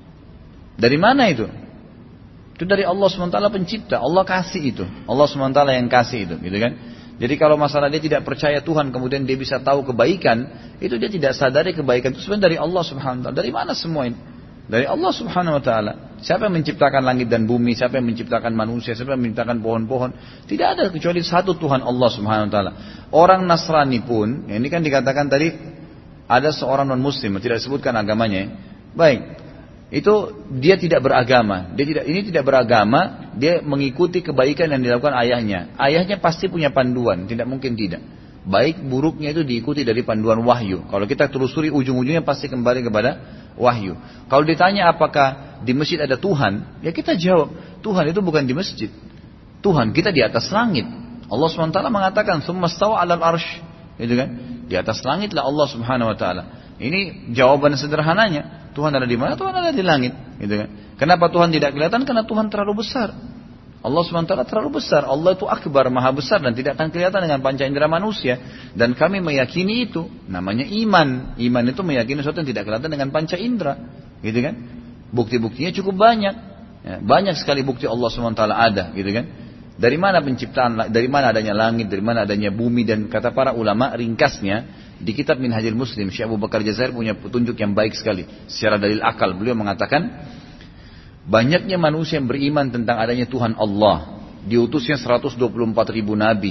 Dari mana itu? Itu dari Allah subhanahu wa taala pencipta. Allah kasih itu. Allah subhanahu wa taala yang kasih itu, gitu kan? Jadi kalau masalah dia tidak percaya Tuhan, kemudian dia bisa tahu kebaikan, itu dia tidak sadari kebaikan itu sebenarnya dari Allah subhanahu wa taala. Dari mana semua ini? Dari Allah subhanahu wa ta'ala. Siapa yang menciptakan langit dan bumi, siapa yang menciptakan manusia, siapa yang menciptakan pohon-pohon. Tidak ada kecuali satu Tuhan Allah subhanahu wa ta'ala. Orang Nasrani pun, ya ini kan dikatakan tadi, ada seorang non-muslim, tidak disebutkan agamanya. Baik, itu dia tidak beragama. Dia tidak, ini tidak beragama, dia mengikuti kebaikan yang dilakukan ayahnya. Ayahnya pasti punya panduan, tidak mungkin tidak. Baik buruknya itu diikuti dari panduan wahyu. Kalau kita telusuri ujung-ujungnya pasti kembali kepada wahyu. Kalau ditanya apakah di masjid ada Tuhan, ya kita jawab, Tuhan itu bukan di masjid. Tuhan kita di atas langit. Allah subhanahu wa taala mengatakan, "Tsumma stawa 'alal arsy." Gitu kan? Di atas langitlah Allah subhanahu wa taala. Ini jawaban sederhananya. Tuhan ada di mana? Tuhan ada di langit. Gitu kan? Kenapa Tuhan tidak kelihatan? Karena Tuhan terlalu besar. Allah subhanahu wa taala terlalu besar. Allah itu akbar, maha besar dan tidak akan kelihatan dengan panca indera manusia. Dan kami meyakini itu. Namanya iman. Iman itu meyakini sesuatu yang tidak kelihatan dengan panca indera. Gitu kan? Bukti-buktinya cukup banyak. Ya, banyak sekali bukti Allah subhanahu wa taala ada. Gitu kan? Dari mana penciptaan, dari mana adanya langit, dari mana adanya bumi. Dan kata para ulama ringkasnya, di kitab Minhajul Muslim, Syekh Abu Bakar Jazair punya petunjuk yang baik sekali. Secara dalil akal, beliau mengatakan, banyaknya manusia yang beriman tentang adanya Tuhan Allah. Diutusnya seratus dua puluh empat ribu nabi.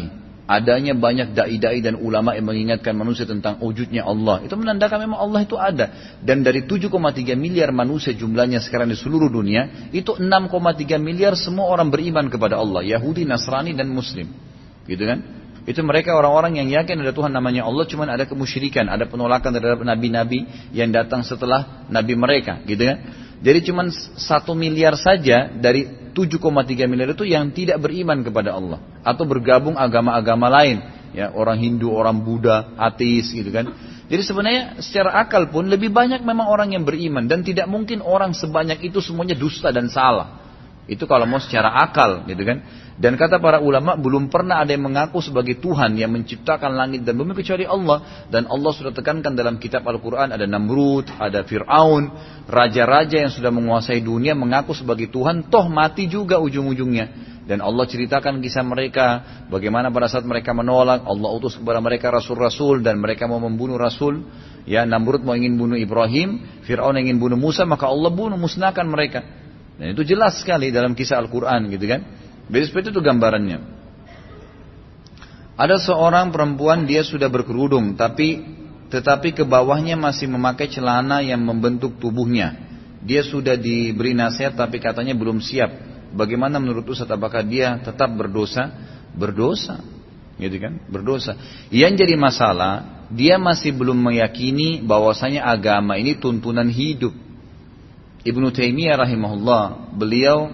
adanya banyak dai-dai dan ulama yang mengingatkan manusia tentang wujudnya Allah. Itu menandakan memang Allah itu ada. Dan dari tujuh koma tiga miliar manusia jumlahnya sekarang di seluruh dunia, itu enam koma tiga miliar semua orang beriman kepada Allah. Yahudi, Nasrani, dan Muslim. Gitu kan? Itu mereka orang-orang yang yakin ada Tuhan namanya Allah, cuman ada kemusyrikan, ada penolakan terhadap nabi-nabi yang datang setelah nabi mereka. Gitu kan? Jadi cuman satu miliar saja dari tujuh koma tiga miliar itu yang tidak beriman kepada Allah atau bergabung agama-agama lain, ya, orang Hindu, orang Buddha, ateis gitu kan. Jadi sebenarnya secara akal pun lebih banyak memang orang yang beriman, dan tidak mungkin orang sebanyak itu semuanya dusta dan salah. Itu kalau mau secara akal gitu kan. Dan kata para ulama, belum pernah ada yang mengaku sebagai Tuhan yang menciptakan langit dan bumi kecuali Allah. Dan Allah sudah tekankan dalam kitab Al-Quran, ada Namrud, ada Fir'aun, raja-raja yang sudah menguasai dunia mengaku sebagai Tuhan, toh mati juga ujung-ujungnya. Dan Allah ceritakan kisah mereka, bagaimana pada saat mereka menolak, Allah utus kepada mereka rasul-rasul, dan mereka mau membunuh rasul. Ya, Namrud mau ingin bunuh Ibrahim, Fir'aun ingin bunuh Musa, maka Allah bunuh, musnahkan mereka. Dan itu jelas sekali dalam kisah Al-Quran gitu kan. Jadi seperti itu gambarannya. Ada seorang perempuan, dia sudah berkerudung, tapi tetapi ke bawahnya masih memakai celana yang membentuk tubuhnya. Dia sudah diberi nasihat tapi katanya belum siap. Bagaimana menurut Ustaz, apakah dia tetap berdosa? Berdosa, gitu kan? Berdosa. Yang jadi masalah, dia masih belum meyakini bahwasanya agama ini tuntunan hidup. Ibnu Taimiyah rahimahullah, beliau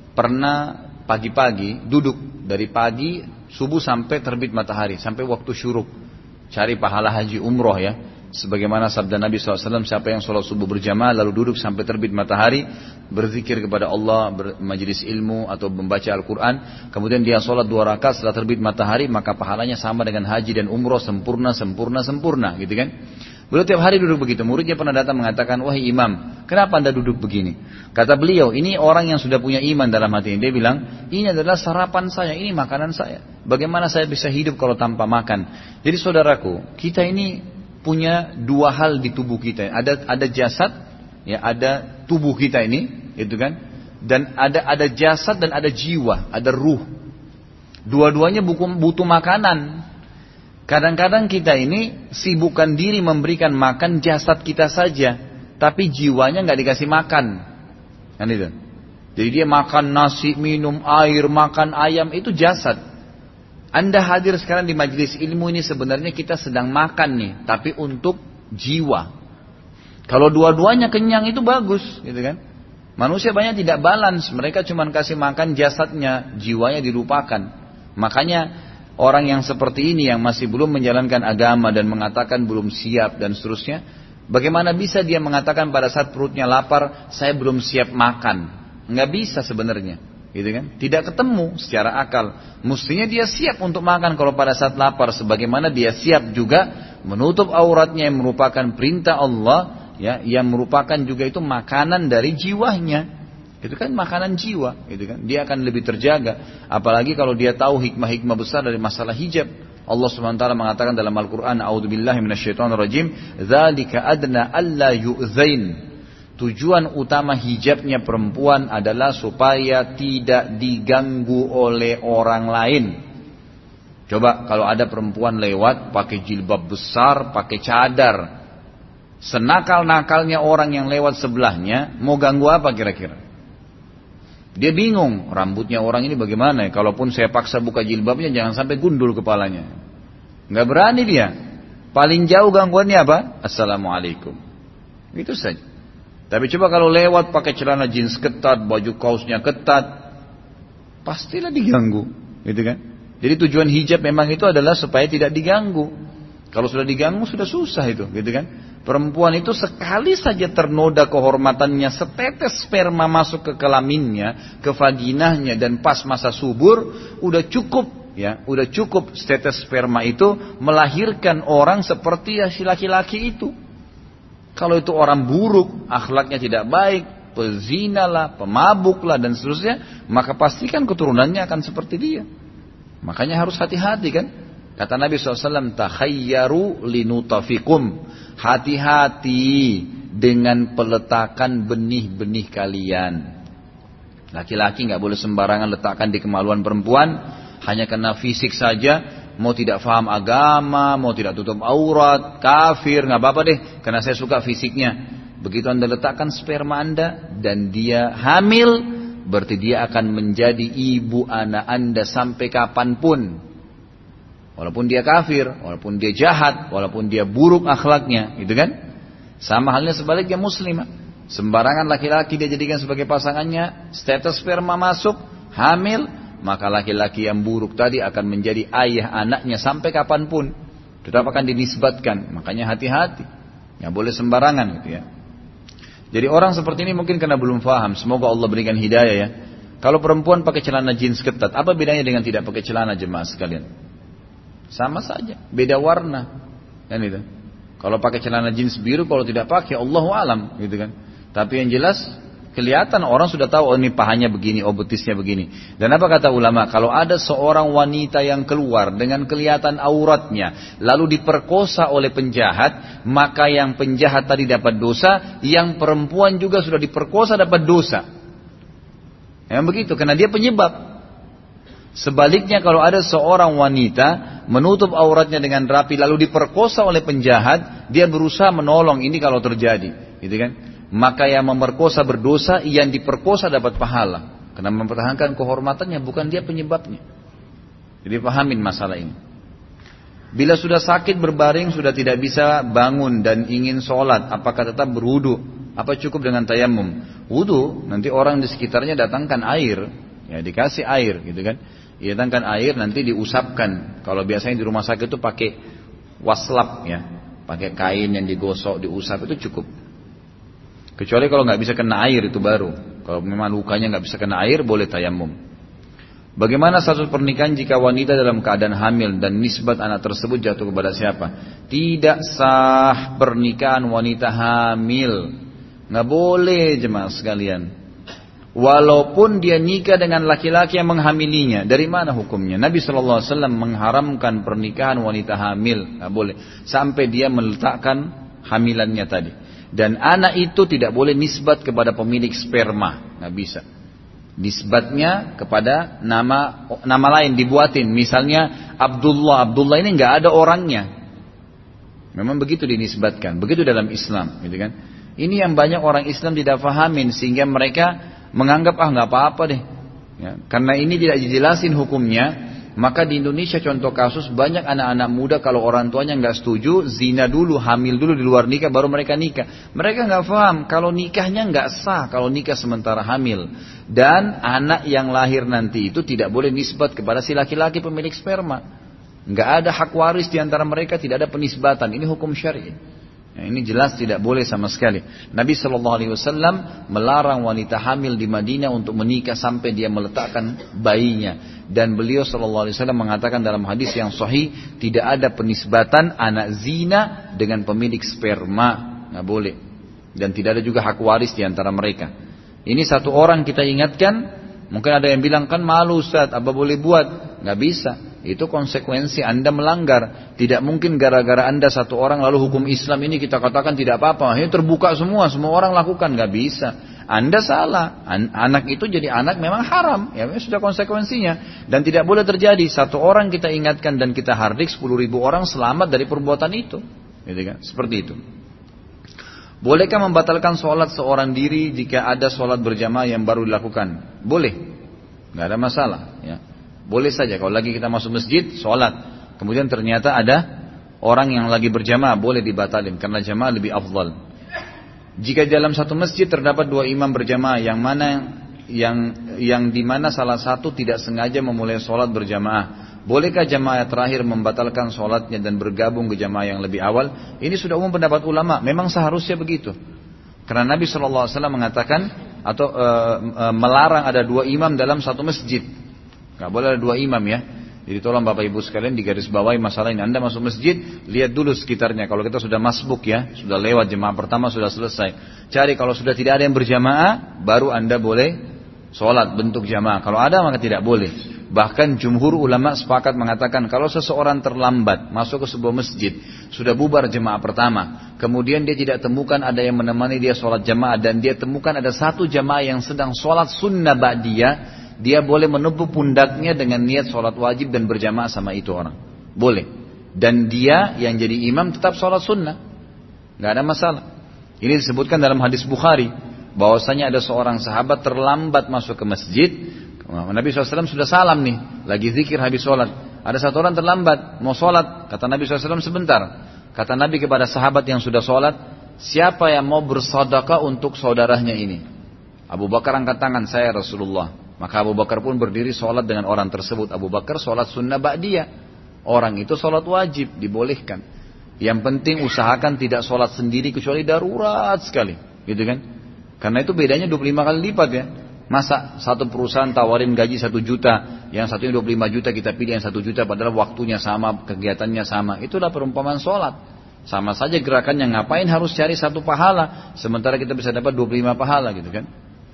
pernah pagi-pagi duduk dari pagi subuh sampai terbit matahari, sampai waktu syuruk, cari pahala haji umroh ya. Sebagaimana sabda Nabi shallallahu alaihi wasallam, siapa yang sholat subuh berjamaah lalu duduk sampai terbit matahari, berzikir kepada Allah, bermajlis ilmu atau membaca Al-Quran, kemudian dia sholat dua rakaat setelah terbit matahari, maka pahalanya sama dengan haji dan umroh, sempurna, sempurna, sempurna, gitu kan? Beliau tiap hari duduk begitu. Muridnya pernah datang mengatakan, wahai imam, kenapa anda duduk begini? Kata beliau, ini orang yang sudah punya iman dalam hati. Dia bilang, ini adalah sarapan saya, ini makanan saya. Bagaimana saya bisa hidup kalau tanpa makan? Jadi saudaraku, kita ini punya dua hal di tubuh kita. Ada ada jasad, ya, ada tubuh kita ini, itu kan? Dan ada ada jasad dan ada jiwa, ada ruh. Dua-duanya butuh makanan. Kadang-kadang kita ini sibukkan diri memberikan makan jasad kita saja, tapi jiwanya nggak dikasih makan, kan itu. Jadi dia makan nasi, minum air, makan ayam, itu jasad. Anda hadir sekarang di majelis ilmu ini sebenarnya kita sedang makan nih, tapi untuk jiwa. Kalau dua-duanya kenyang itu bagus, gitu kan? Manusia banyak tidak balance, mereka cuma kasih makan jasadnya, jiwanya dilupakan. Makanya orang yang seperti ini yang masih belum menjalankan agama dan mengatakan belum siap dan seterusnya, bagaimana bisa dia mengatakan pada saat perutnya lapar, saya belum siap makan? Nggak bisa sebenarnya, gitu kan? Tidak ketemu secara akal. Mestinya dia siap untuk makan kalau pada saat lapar, sebagaimana dia siap juga menutup auratnya yang merupakan perintah Allah, ya, yang merupakan juga itu makanan dari jiwanya. Itu kan makanan jiwa, gitu kan? Dia akan lebih terjaga. Apalagi kalau dia tahu hikmah-hikmah besar dari masalah hijab. Allah subhanahu wa taala mengatakan dalam Al-Quran, A'udzubillahi minasyaitonirrajim, dzalika adna alla yu'zain. Tujuan utama hijabnya perempuan adalah supaya tidak diganggu oleh orang lain. Coba kalau ada perempuan lewat pakai jilbab besar, pakai cadar, senakal-nakalnya orang yang lewat sebelahnya, mau ganggu apa kira-kira? Dia bingung, rambutnya orang ini bagaimana ya? Kalaupun saya paksa buka jilbabnya, jangan sampai gundul kepalanya. Nggak berani dia. Paling jauh gangguannya apa? Assalamualaikum. Itu saja. Tapi coba kalau lewat pakai celana jeans ketat, baju kaosnya ketat, pastilah diganggu, gitu kan? Jadi tujuan hijab memang itu adalah supaya tidak diganggu. Kalau sudah diganggu sudah susah itu, gitu kan? Perempuan itu sekali saja ternoda kehormatannya, setetes sperma masuk ke kelaminnya, ke vaginanya, dan pas masa subur, udah cukup, ya, udah cukup setetes sperma itu melahirkan orang seperti ya si laki-laki itu. Kalau itu orang buruk, akhlaknya tidak baik, pezina lah, pemabuk lah, dan seterusnya, maka pastikan keturunannya akan seperti dia. Makanya harus hati-hati kan? Kata Nabi shallallahu alaihi wasallam, takhayyaru linutafikum. Hati-hati dengan peletakan benih-benih kalian. Laki-laki nggak boleh sembarangan letakkan di kemaluan perempuan, hanya karena fisik saja. mau tidak paham agama, mau tidak tutup aurat, kafir, nggak apa-apa deh, karena saya suka fisiknya. Begitu Anda letakkan sperma Anda dan dia hamil, berarti dia akan menjadi ibu anak Anda sampai kapanpun. Walaupun dia kafir, walaupun dia jahat, walaupun dia buruk akhlaknya, gitu kan? Sama halnya sebaliknya muslimah. Sembarangan laki-laki dia jadikan sebagai pasangannya, status sperma masuk, hamil, maka laki-laki yang buruk tadi akan menjadi ayah anaknya sampai kapanpun. Tetap akan dinisbatkan. Makanya hati-hati, nggak boleh sembarangan gitu ya. Jadi orang seperti ini mungkin karena belum paham. Semoga Allah berikan hidayah ya. Kalau perempuan pakai celana jeans ketat, apa bedanya dengan tidak pakai celana, jemaah sekalian? Sama saja, beda warna kan itu. Kalau pakai celana jeans biru, kalau tidak pakai, Allahu alam gitu kan. Tapi yang jelas kelihatan orang sudah tahu, oh ini pahanya begini, oh betisnya begini. Dan apa kata ulama? Kalau ada seorang wanita yang keluar dengan kelihatan auratnya, lalu diperkosa oleh penjahat, maka yang penjahat tadi dapat dosa, yang perempuan juga sudah diperkosa dapat dosa. Yang begitu, karena dia penyebab. Sebaliknya kalau ada seorang wanita menutup auratnya dengan rapi, lalu diperkosa oleh penjahat, dia berusaha menolong ini kalau terjadi, gitu kan? Maka yang memerkosa berdosa, yang diperkosa dapat pahala. Karena mempertahankan kehormatannya, bukan dia penyebabnya. Jadi pahamin masalah ini. Bila sudah sakit berbaring, sudah tidak bisa bangun dan ingin sholat, apakah tetap berwudu? Apa cukup dengan tayamum? Wudu, nanti orang di sekitarnya datangkan air, ya dikasih air gitu kan. Ya, datangkan air, nanti diusapkan. Kalau biasanya di rumah sakit itu pakai waslap ya, pakai kain yang digosok, diusap, itu cukup. Kecuali kalau nggak bisa kena air itu baru. Kalau memang lukanya nggak bisa kena air, boleh tayamum. Bagaimana status pernikahan jika wanita dalam keadaan hamil dan nisbat anak tersebut jatuh kepada siapa? Tidak sah pernikahan wanita hamil. Nggak boleh jemaah sekalian. Walaupun dia nikah dengan laki-laki yang menghamilinya, dari mana hukumnya? Nabi shallallahu alaihi wasallam mengharamkan pernikahan wanita hamil, nggak boleh sampai dia meletakkan hamilannya tadi. Dan anak itu tidak boleh nisbat kepada pemilik sperma, nggak bisa. Nisbatnya kepada nama nama lain dibuatin, misalnya Abdullah. Abdullah ini nggak ada orangnya. Memang begitu dinisbatkan, begitu dalam Islam, gitu kan? Ini yang banyak orang Islam tidak fahamin sehingga mereka menganggap ah nggak apa-apa deh. Ya, karena ini tidak dijelasin hukumnya. Maka di Indonesia contoh kasus banyak anak-anak muda kalau orang tuanya nggak setuju, zina dulu, hamil dulu di luar nikah, baru mereka nikah. Mereka nggak paham kalau nikahnya nggak sah kalau nikah sementara hamil. Dan anak yang lahir nanti itu tidak boleh nisbat kepada si laki-laki pemilik sperma. Nggak ada hak waris di antara mereka, tidak ada penisbatan. Ini hukum syar'i. Nah, ini jelas tidak boleh sama sekali. Nabi shallallahu alaihi wasallam melarang wanita hamil di Madinah untuk menikah sampai dia meletakkan bayinya. Dan beliau shallallahu alaihi wasallam mengatakan dalam hadis yang sahih, tidak ada penisbatan anak zina dengan pemilik sperma, nggak boleh. Dan tidak ada juga hak waris di antara mereka. Ini satu orang kita ingatkan. Mungkin ada yang bilang kan malu Ustaz, apa boleh buat? Nggak bisa. Itu konsekuensi Anda melanggar. Tidak mungkin gara-gara Anda satu orang lalu hukum Islam ini kita katakan tidak apa-apa. Ini terbuka semua, semua orang lakukan. Nggak bisa. Anda salah. An- anak itu jadi anak memang haram. Ya sudah konsekuensinya. Dan tidak boleh terjadi satu orang kita ingatkan dan kita hardik sepuluh ribu orang selamat dari perbuatan itu. Gitu kan? Seperti itu. Bolehkah membatalkan sholat seorang diri jika ada sholat berjamaah yang baru dilakukan? Boleh. Nggak ada masalah. Ya. Boleh saja kalau lagi kita masuk masjid, sholat. Kemudian ternyata ada orang yang lagi berjamaah, boleh dibatalin. Karena jamaah lebih afdal. Jika dalam satu masjid terdapat dua imam berjamaah, yang mana yang yang di mana salah satu tidak sengaja memulai sholat berjamaah, bolehkah jamaah terakhir membatalkan sholatnya dan bergabung ke jamaah yang lebih awal? Ini sudah umum pendapat ulama. Memang seharusnya begitu. Karena Nabi shallallahu alaihi wasallam mengatakan atau e, e, melarang ada dua imam dalam satu masjid. Gak boleh ada dua imam ya. Jadi tolong Bapak Ibu sekalian digarisbawahi masalah ini. Anda masuk masjid, lihat dulu sekitarnya. Kalau kita sudah masbuk ya, sudah lewat jemaah pertama sudah selesai. Cari kalau sudah tidak ada yang berjamaah, baru Anda boleh sholat bentuk jamaah. Kalau ada maka tidak boleh. Bahkan jumhur ulama sepakat mengatakan kalau seseorang terlambat masuk ke sebuah masjid, sudah bubar jemaah pertama, kemudian dia tidak temukan ada yang menemani dia sholat jamaah, dan dia temukan ada satu jamaah yang sedang sholat sunnah ba'diyah, dia boleh menubuh pundaknya dengan niat sholat wajib dan berjamaah sama itu orang. boleh. Dan dia yang jadi imam tetap sholat sunnah, nggak ada masalah. Ini disebutkan dalam hadis Bukhari, bahwasanya ada seorang sahabat terlambat masuk ke masjid. Nabi shallallahu alaihi wasallam sudah salam nih, lagi zikir habis sholat. Ada satu orang terlambat mau sholat, kata Nabi shallallahu alaihi wasallam sebentar. Kata Nabi kepada sahabat yang sudah sholat, siapa yang mau bersedekah untuk saudaranya ini? Abu Bakar angkat tangan, saya Rasulullah. Maka Abu Bakar pun berdiri sholat dengan orang tersebut. Abu Bakar sholat sunnah ba'diyah. Orang itu sholat wajib, dibolehkan. Yang penting usahakan tidak sholat sendiri kecuali darurat sekali, gitu kan? Karena itu bedanya dua puluh lima kali lipat ya. Masa satu perusahaan tawarin gaji satu juta, yang satunya dua puluh lima juta, kita pilih yang satu juta padahal waktunya sama, kegiatannya sama. Itulah perumpamaan sholat. Sama saja gerakannya, ngapain harus cari satu pahala, sementara kita bisa dapat dua puluh lima pahala gitu kan.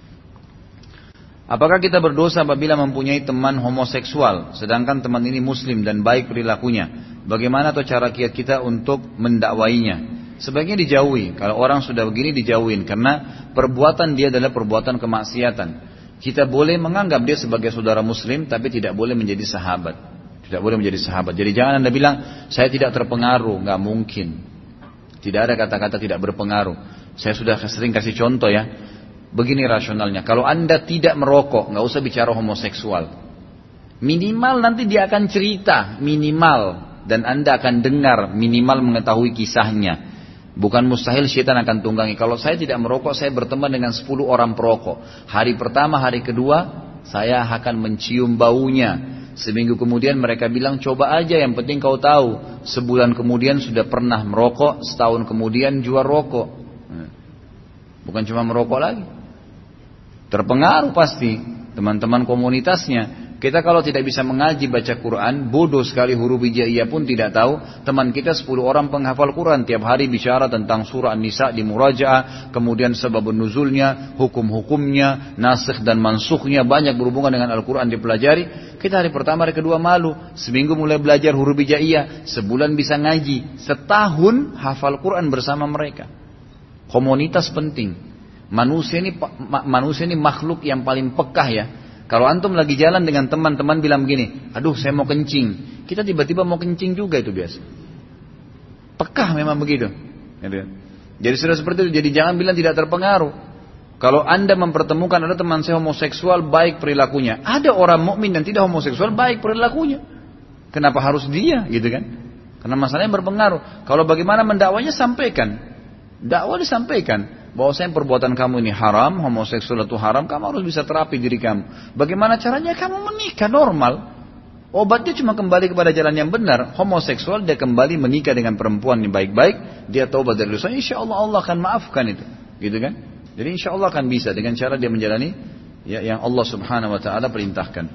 Apakah kita berdosa apabila mempunyai teman homoseksual, sedangkan teman ini muslim dan baik perilakunya? Bagaimana atau cara kiat kita untuk mendakwainya? Sebaiknya dijauhi. Kalau orang sudah begini dijauhin, karena perbuatan dia adalah perbuatan kemaksiatan. Kita boleh menganggap dia sebagai saudara muslim, tapi tidak boleh menjadi sahabat. Tidak boleh menjadi sahabat. Jadi jangan Anda bilang saya tidak terpengaruh, nggak mungkin. Tidak ada kata-kata tidak berpengaruh. Saya sudah sering kasih contoh ya. Begini rasionalnya. Kalau Anda tidak merokok, nggak usah bicara homoseksual. Minimal nanti dia akan cerita, minimal, dan Anda akan dengar, minimal mengetahui kisahnya. Bukan mustahil syaitan akan tunggangi. Kalau saya tidak merokok, saya berteman dengan sepuluh orang perokok. Hari pertama, hari kedua, saya akan mencium baunya. Seminggu kemudian mereka bilang, coba aja yang penting kau tahu. Sebulan kemudian sudah pernah merokok, setahun kemudian jual rokok. Bukan cuma merokok lagi. Terpengaruh pasti teman-teman komunitasnya. Kita kalau tidak bisa mengaji baca Quran, bodoh sekali, huruf hijaiyah pun tidak tahu. Teman kita sepuluh orang penghafal Quran, tiap hari bicara tentang surah An-Nisa di murajaah, kemudian sebab nuzulnya, hukum-hukumnya, nasikh dan mansukhnya, banyak berhubungan dengan Al-Quran dipelajari. Kita hari pertama, hari kedua malu, seminggu mulai belajar huruf hijaiyah, sebulan bisa ngaji, setahun hafal Quran bersama mereka. Komunitas penting. Manusia ini manusia ini makhluk yang paling pekah ya. Kalau antum lagi jalan dengan teman-teman bilang begini, aduh saya mau kencing, kita tiba-tiba mau kencing juga, itu biasa. Pekah memang begitu. Jadi sudah seperti itu. Jadi jangan bilang tidak terpengaruh. Kalau anda mempertemukan ada teman saya homoseksual baik perilakunya, ada orang mukmin dan tidak homoseksual baik perilakunya. Kenapa harus dia, gitu kan? Karena masalahnya berpengaruh. Kalau bagaimana mendakwanya, sampaikan. Dakwah disampaikan. Bahwasanya perbuatan kamu ini haram, homoseksual itu haram, kamu harus bisa terapi diri kamu. Bagaimana caranya? Kamu menikah normal. Obatnya cuma kembali kepada jalan yang benar. Homoseksual dia kembali menikah dengan perempuan yang baik-baik, dia taubat dari dosa, insya Allah Allah akan maafkan itu, gitu kan? Jadi insya Allah akan bisa dengan cara dia menjalani ya, yang Allah Subhanahu Wa Taala perintahkan.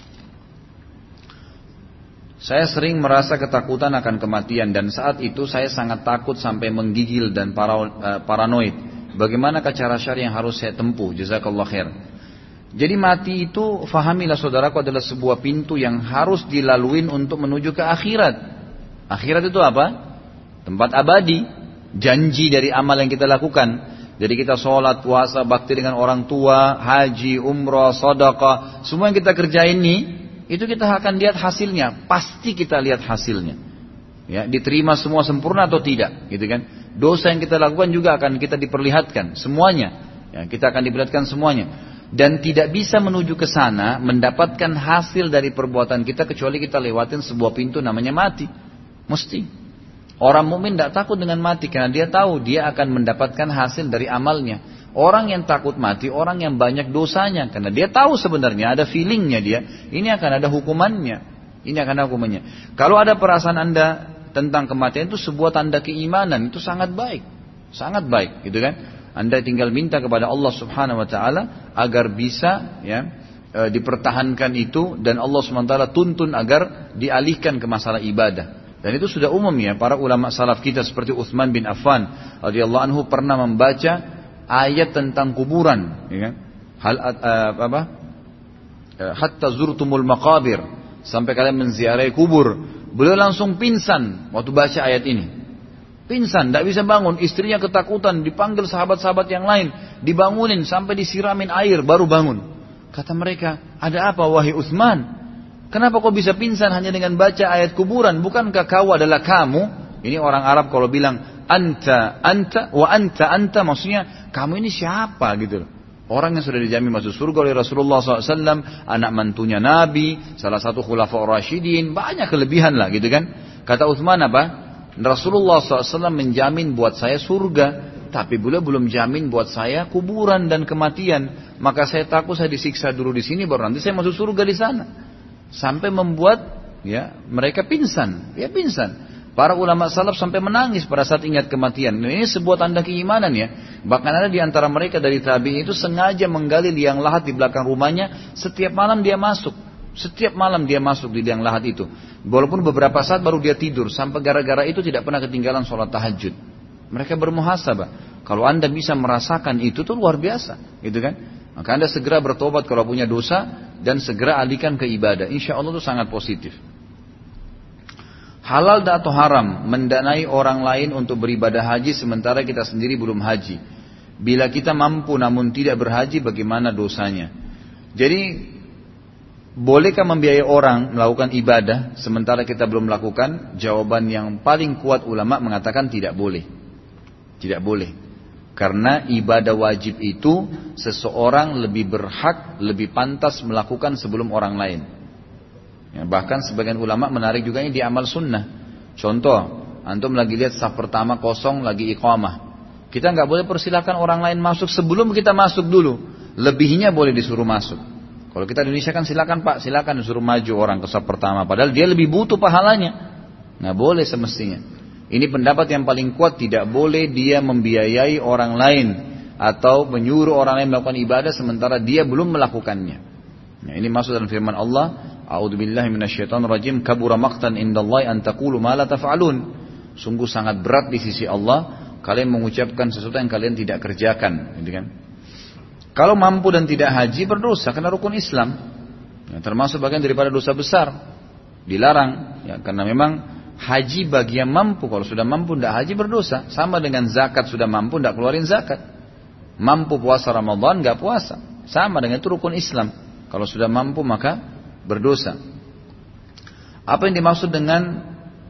Saya sering merasa ketakutan akan kematian dan saat itu saya sangat takut sampai menggigil dan paranoid. Bagaimanakah cara syar'i yang harus saya tempuh? Jazakallah khair. Jadi mati itu, fahamilah saudaraku, adalah sebuah pintu yang harus dilaluin untuk menuju ke akhirat. Akhirat itu apa? Tempat abadi. Janji dari amal yang kita lakukan. Jadi kita sholat, puasa, bakti dengan orang tua, haji, umrah, sedekah, semua yang kita kerjain ini, itu kita akan lihat hasilnya. Pasti kita lihat hasilnya. Ya, diterima semua sempurna atau tidak, gitu kan? Dosa yang kita lakukan juga akan kita diperlihatkan semuanya. Ya, kita akan diperlihatkan semuanya. Dan tidak bisa menuju ke sana mendapatkan hasil dari perbuatan kita kecuali kita lewatin sebuah pintu namanya mati. Mesti. Orang mukmin tidak takut dengan mati karena dia tahu dia akan mendapatkan hasil dari amalnya. Orang yang takut mati, orang yang banyak dosanya, karena dia tahu sebenarnya ada feelingnya dia. Ini akan ada hukumannya. Ini akan ada hukumannya. Kalau ada perasaan anda tentang kematian, itu sebuah tanda keimanan, itu sangat baik, sangat baik, gitu kan? Anda tinggal minta kepada Allah Subhanahu Wa Taala agar bisa ya e, dipertahankan itu, dan Allah Subhanahu Wa Taala tuntun agar dialihkan ke masalah ibadah. Dan itu sudah umum ya, para ulama salaf kita seperti Utsman bin Affan radhiyallahu anhu pernah membaca ayat tentang kuburan, ya kan? Hal uh, apa? Uh, hatta zurtumul maqabir, sampai kalian menziarahi kubur. Beliau langsung pingsan waktu baca ayat ini. Pingsan, tidak bisa bangun. Istrinya ketakutan, dipanggil sahabat-sahabat yang lain, dibangunin sampai disiramin air baru bangun. Kata mereka, ada apa wahai Utsman? Kenapa kau bisa pingsan hanya dengan baca ayat kuburan? Bukankah kau adalah kamu? Ini orang Arab kalau bilang anta, anta, wa anta, anta, maksudnya kamu ini siapa gitu loh. Orang yang sudah dijamin masuk surga oleh Rasulullah shallallahu alaihi wasallam, anak mantunya Nabi, salah satu khulafaur rasyidin, banyak kelebihan lah gitu kan. Kata Utsman apa? Rasulullah shallallahu alaihi wasallam menjamin buat saya surga, tapi beliau belum jamin buat saya kuburan dan kematian. Maka saya takut saya disiksa dulu di sini, baru nanti saya masuk surga di sana. Sampai membuat ya mereka pingsan, ya pingsan. Para ulama salaf sampai menangis pada saat ingat kematian. Ini sebuah tanda keimanan ya. Bahkan ada di antara mereka dari tabi'in itu sengaja menggali liang lahat di belakang rumahnya. Setiap malam dia masuk. Setiap malam dia masuk di liang lahat itu. Walaupun beberapa saat baru dia tidur. Sampai gara-gara itu tidak pernah ketinggalan sholat tahajud. Mereka bermuhasabah. Kalau anda bisa merasakan itu tuh luar biasa. Gitu kan? Maka anda segera bertobat kalau punya dosa. Dan segera alihkan ke ibadah. Insya Allah itu sangat positif. Halal atau haram mendanai orang lain untuk beribadah haji sementara kita sendiri belum haji. Bila kita mampu namun tidak berhaji, bagaimana dosanya? Jadi bolehkah membiayai orang melakukan ibadah sementara kita belum melakukan? Jawaban yang paling kuat ulama mengatakan tidak boleh. Tidak boleh. Karena ibadah wajib itu seseorang lebih berhak, lebih pantas melakukan sebelum orang lain. Ya, bahkan sebagian ulama menarik juga ini di amal sunnah. Contoh, antum lagi lihat saf pertama kosong lagi iqamah. Kita nggak boleh persilahkan orang lain masuk sebelum kita masuk dulu. Lebihnya boleh disuruh masuk. Kalau kita di Indonesia kan silakan pak, silakan disuruh maju orang ke saf pertama. Padahal dia lebih butuh pahalanya. Nggak boleh semestinya. Ini pendapat yang paling kuat, tidak boleh dia membiayai orang lain atau menyuruh orang lain melakukan ibadah sementara dia belum melakukannya. Nah, ini masuk dalam firman Allah. A'udzubillahi minasyaitonirrajim, kabura maqtan indallahi an taqulu ma la taf'alun. Sungguh sangat berat di sisi Allah kalian mengucapkan sesuatu yang kalian tidak kerjakan, gitu kan? Kalau mampu dan tidak haji berdosa karena rukun Islam. Ya, termasuk bagian daripada dosa besar. Dilarang ya, karena memang haji bagi yang mampu. Kalau sudah mampu tidak haji berdosa. Sama dengan zakat, sudah mampu tidak keluarin zakat. Mampu puasa Ramadan enggak puasa. Sama dengan itu rukun Islam. Kalau sudah mampu maka berdosa. Apa yang dimaksud dengan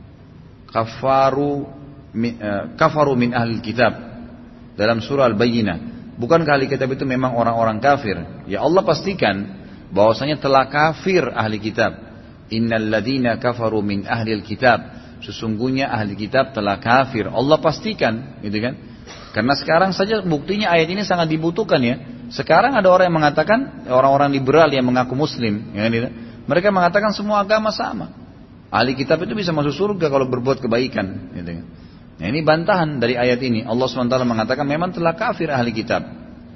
kafaru kafaru min ahli kitab dalam surah Al-Bayyinah? Bukankah ahli kitab itu memang orang-orang kafir? Ya Allah pastikan bahwasanya telah kafir ahli kitab. Innal ladzina kafaru min ahli kitab. Sesungguhnya ahli kitab telah kafir. Allah pastikan, gitu kan? Karena sekarang saja buktinya ayat ini sangat dibutuhkan ya. Sekarang ada orang yang mengatakan, orang-orang liberal yang mengaku muslim, ya kan? Mereka mengatakan semua agama sama. Ahli kitab itu bisa masuk surga kalau berbuat kebaikan. Gitu. Nah, ini bantahan dari ayat ini. Allah subhanahu wa taala mengatakan memang telah kafir ahli kitab.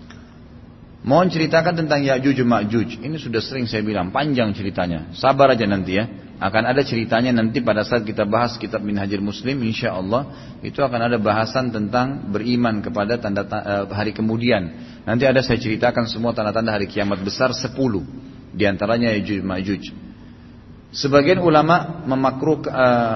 Mohon ceritakan tentang Ya'juj Ma'juj. Ini sudah sering saya bilang, panjang ceritanya. Sabar aja nanti ya. Akan ada ceritanya nanti pada saat kita bahas kitab Minhajul Muslim. Insya Allah itu akan ada bahasan tentang beriman kepada tanda uh, hari kemudian. Nanti ada saya ceritakan semua tanda-tanda hari kiamat besar sepuluh. Di antaranya Ya'juj Ma'juj. Sebagian ulama memakruh uh,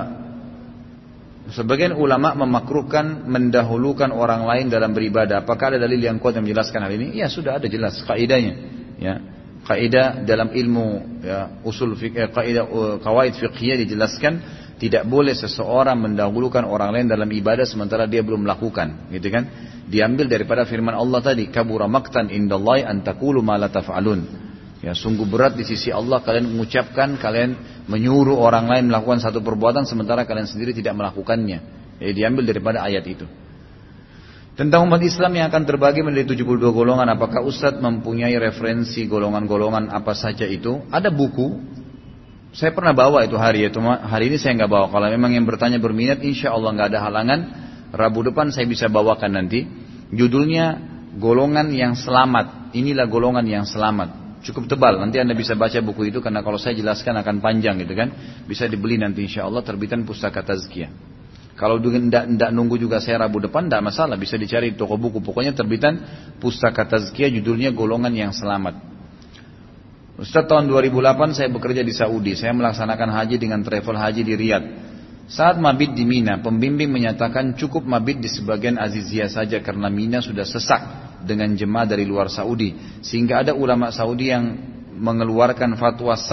sebagian ulama memakruhkan mendahulukan orang lain dalam beribadah. Apakah ada dalil yang kuat yang menjelaskan hal ini? Ya sudah ada jelas kaidahnya. Ya, kaidah dalam ilmu ya, usul fikih, kaidah uh, kawaid fiqhiyah dijelaskan tidak boleh seseorang mendahulukan orang lain dalam ibadah sementara dia belum melakukan. Gitu kan? Diambil daripada firman Allah tadi, kabura maqtan indallahi an taqulu ma la taf'alun. Ya, sungguh berat di sisi Allah kalian mengucapkan, kalian menyuruh orang lain melakukan satu perbuatan sementara kalian sendiri tidak melakukannya. Jadi diambil daripada ayat itu. Tentang umat Islam yang akan terbagi menjadi tujuh puluh dua golongan, apakah Ustadz mempunyai referensi golongan-golongan apa saja itu? Ada buku. Saya pernah bawa itu hari itu. Hari ini saya nggak bawa. Kalau memang yang bertanya berminat, insya Allah nggak ada halangan. Rabu depan saya bisa bawakan nanti. Judulnya Golongan yang Selamat. Inilah golongan yang selamat. Cukup tebal, nanti anda bisa baca buku itu karena kalau saya jelaskan akan panjang gitu kan. Bisa dibeli nanti insya Allah terbitan Pustaka Tazkiyah. Kalau tidak nunggu juga saya Rabu depan, tidak masalah, bisa dicari di toko buku. Pokoknya terbitan Pustaka Tazkiyah, judulnya Golongan yang Selamat. Ustaz, tahun dua ribu delapan saya bekerja di Saudi. Saya melaksanakan haji dengan travel haji di Riyadh. Saat mabit di Mina, pembimbing menyatakan cukup mabit di sebagian Aziziyah saja karena Mina sudah sesak dengan jemaah dari luar Saudi, sehingga ada ulama Saudi yang mengeluarkan fatwa sah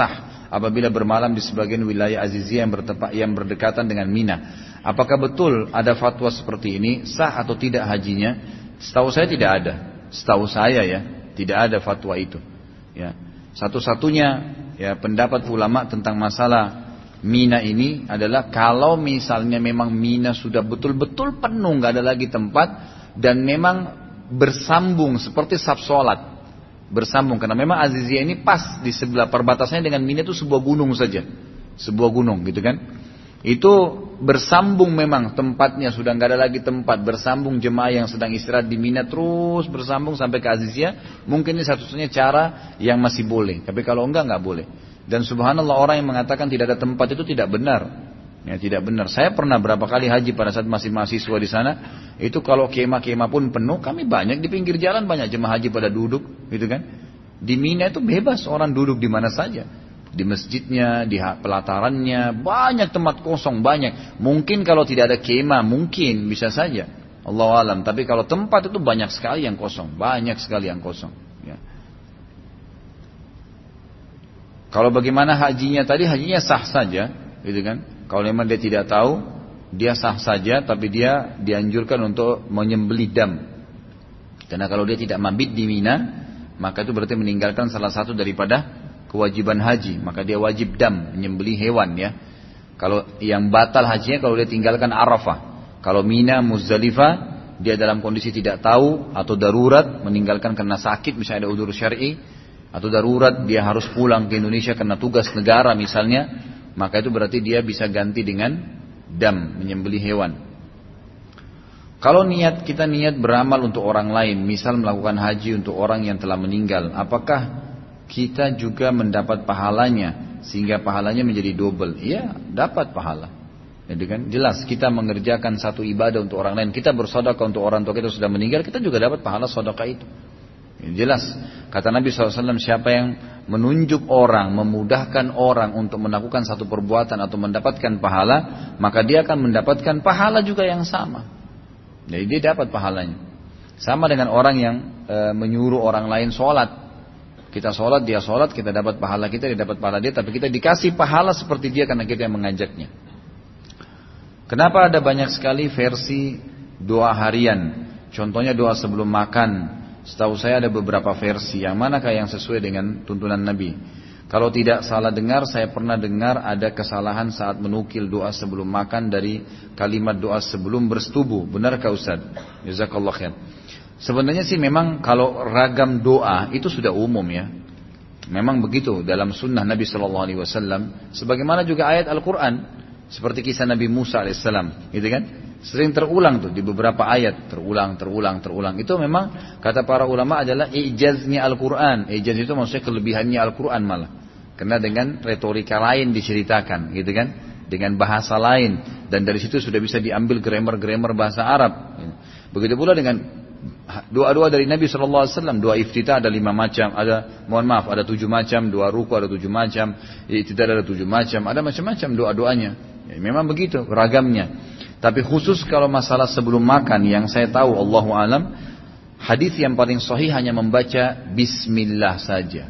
apabila bermalam di sebagian wilayah Aziziyah yang, bertepa, yang berdekatan dengan Mina. Apakah betul ada fatwa seperti ini? Sah atau tidak hajinya? Setahu saya tidak ada. Setahu saya ya, tidak ada fatwa itu. Ya. Satu-satunya ya pendapat ulama tentang masalah Mina ini adalah kalau misalnya memang Mina sudah betul-betul penuh, nggak ada lagi tempat, dan memang bersambung seperti saf sholat, bersambung karena memang Aziziyah ini pas di sebelah perbatasannya dengan Mina itu sebuah gunung saja, sebuah gunung gitu kan. Itu bersambung memang tempatnya sudah nggak ada lagi tempat, bersambung jemaah yang sedang istirahat di Mina terus bersambung sampai ke Aziziyah. Mungkin ini satu-satunya cara yang masih boleh, tapi kalau enggak nggak boleh. Dan subhanallah orang yang mengatakan tidak ada tempat itu tidak benar, ya tidak benar. Saya pernah berapa kali haji pada saat masih mahasiswa di sana. Itu kalau kemah-kemah pun penuh, kami banyak di pinggir jalan banyak jemaah haji pada duduk, gitu kan. Di Mina itu bebas orang duduk di mana saja. Di masjidnya, di pelatarannya, banyak tempat kosong, banyak. Mungkin kalau tidak ada kemah, mungkin bisa saja. Allahu alam. Tapi kalau tempat itu banyak sekali yang kosong, banyak sekali yang kosong. Ya. Kalau bagaimana hajinya tadi, hajinya sah saja, gitu kan. Kalau memang dia tidak tahu, dia sah saja, tapi dia dianjurkan untuk menyembelih dam. Karena kalau dia tidak mabit di Mina, maka itu berarti meninggalkan salah satu daripada kewajiban haji, maka dia wajib dam, menyembelih hewan ya. Kalau yang batal hajinya kalau dia tinggalkan Arafah. Kalau Mina, Muzdalifah, dia dalam kondisi tidak tahu atau darurat, meninggalkan karena sakit, misalnya ada udzur syar'i, atau darurat dia harus pulang ke Indonesia karena tugas negara misalnya, maka itu berarti dia bisa ganti dengan dam, menyembelih hewan. Kalau niat kita niat beramal untuk orang lain, misal melakukan haji untuk orang yang telah meninggal, apakah kita juga mendapat pahalanya sehingga pahalanya menjadi double? Iya, dapat pahala. Jadi kan jelas kita mengerjakan satu ibadah untuk orang lain, kita bersedekah untuk orang tua kita sudah meninggal, kita juga dapat pahala sedekah itu. Jelas kata Nabi shallallahu alaihi wasallam, siapa yang menunjuk orang, memudahkan orang untuk melakukan satu perbuatan atau mendapatkan pahala, maka dia akan mendapatkan pahala juga yang sama. Jadi dia dapat pahalanya. Sama dengan orang yang e, menyuruh orang lain sholat. Kita sholat, dia sholat, kita dapat pahala kita, dia dapat pahala dia, tapi kita dikasih pahala seperti dia karena kita yang mengajaknya. Kenapa ada banyak sekali versi doa harian? Contohnya doa sebelum makan. Setahu saya ada beberapa versi. Yang manakah yang sesuai dengan tuntunan Nabi? Kalau tidak salah dengar, saya pernah dengar ada kesalahan saat menukil doa sebelum makan dari kalimat doa sebelum bersetubuh. Benarkah Ustaz? Jazakallah khair. Sebenarnya sih memang kalau ragam doa itu sudah umum ya. Memang begitu dalam sunnah Nabi Shallallahu Alaihi Wasallam. Sebagaimana juga ayat Al-Quran. Seperti kisah Nabi Musa Alaihissalam. Gitu kan? Sering terulang tuh di beberapa ayat. Terulang, terulang, terulang. Itu memang kata para ulama adalah ijaznya Al-Quran. Ijaz itu maksudnya kelebihannya Al-Quran malah. Karena dengan retorika lain diceritakan. Gitu kan? Dengan bahasa lain. Dan dari situ sudah bisa diambil grammar-grammar bahasa Arab. Begitu pula dengan doa-doa dari Nabi shallallahu alaihi wasallam. Doa iftitah ada lima macam, ada mohon maaf ada tujuh macam. Doa ruku ada tujuh macam, iftitah ada tujuh macam, ada macam-macam doa-doanya. Ya, memang begitu ragamnya. Tapi khusus kalau masalah sebelum makan, yang saya tahu Allahu alam, hadis yang paling sahih hanya membaca Bismillah saja.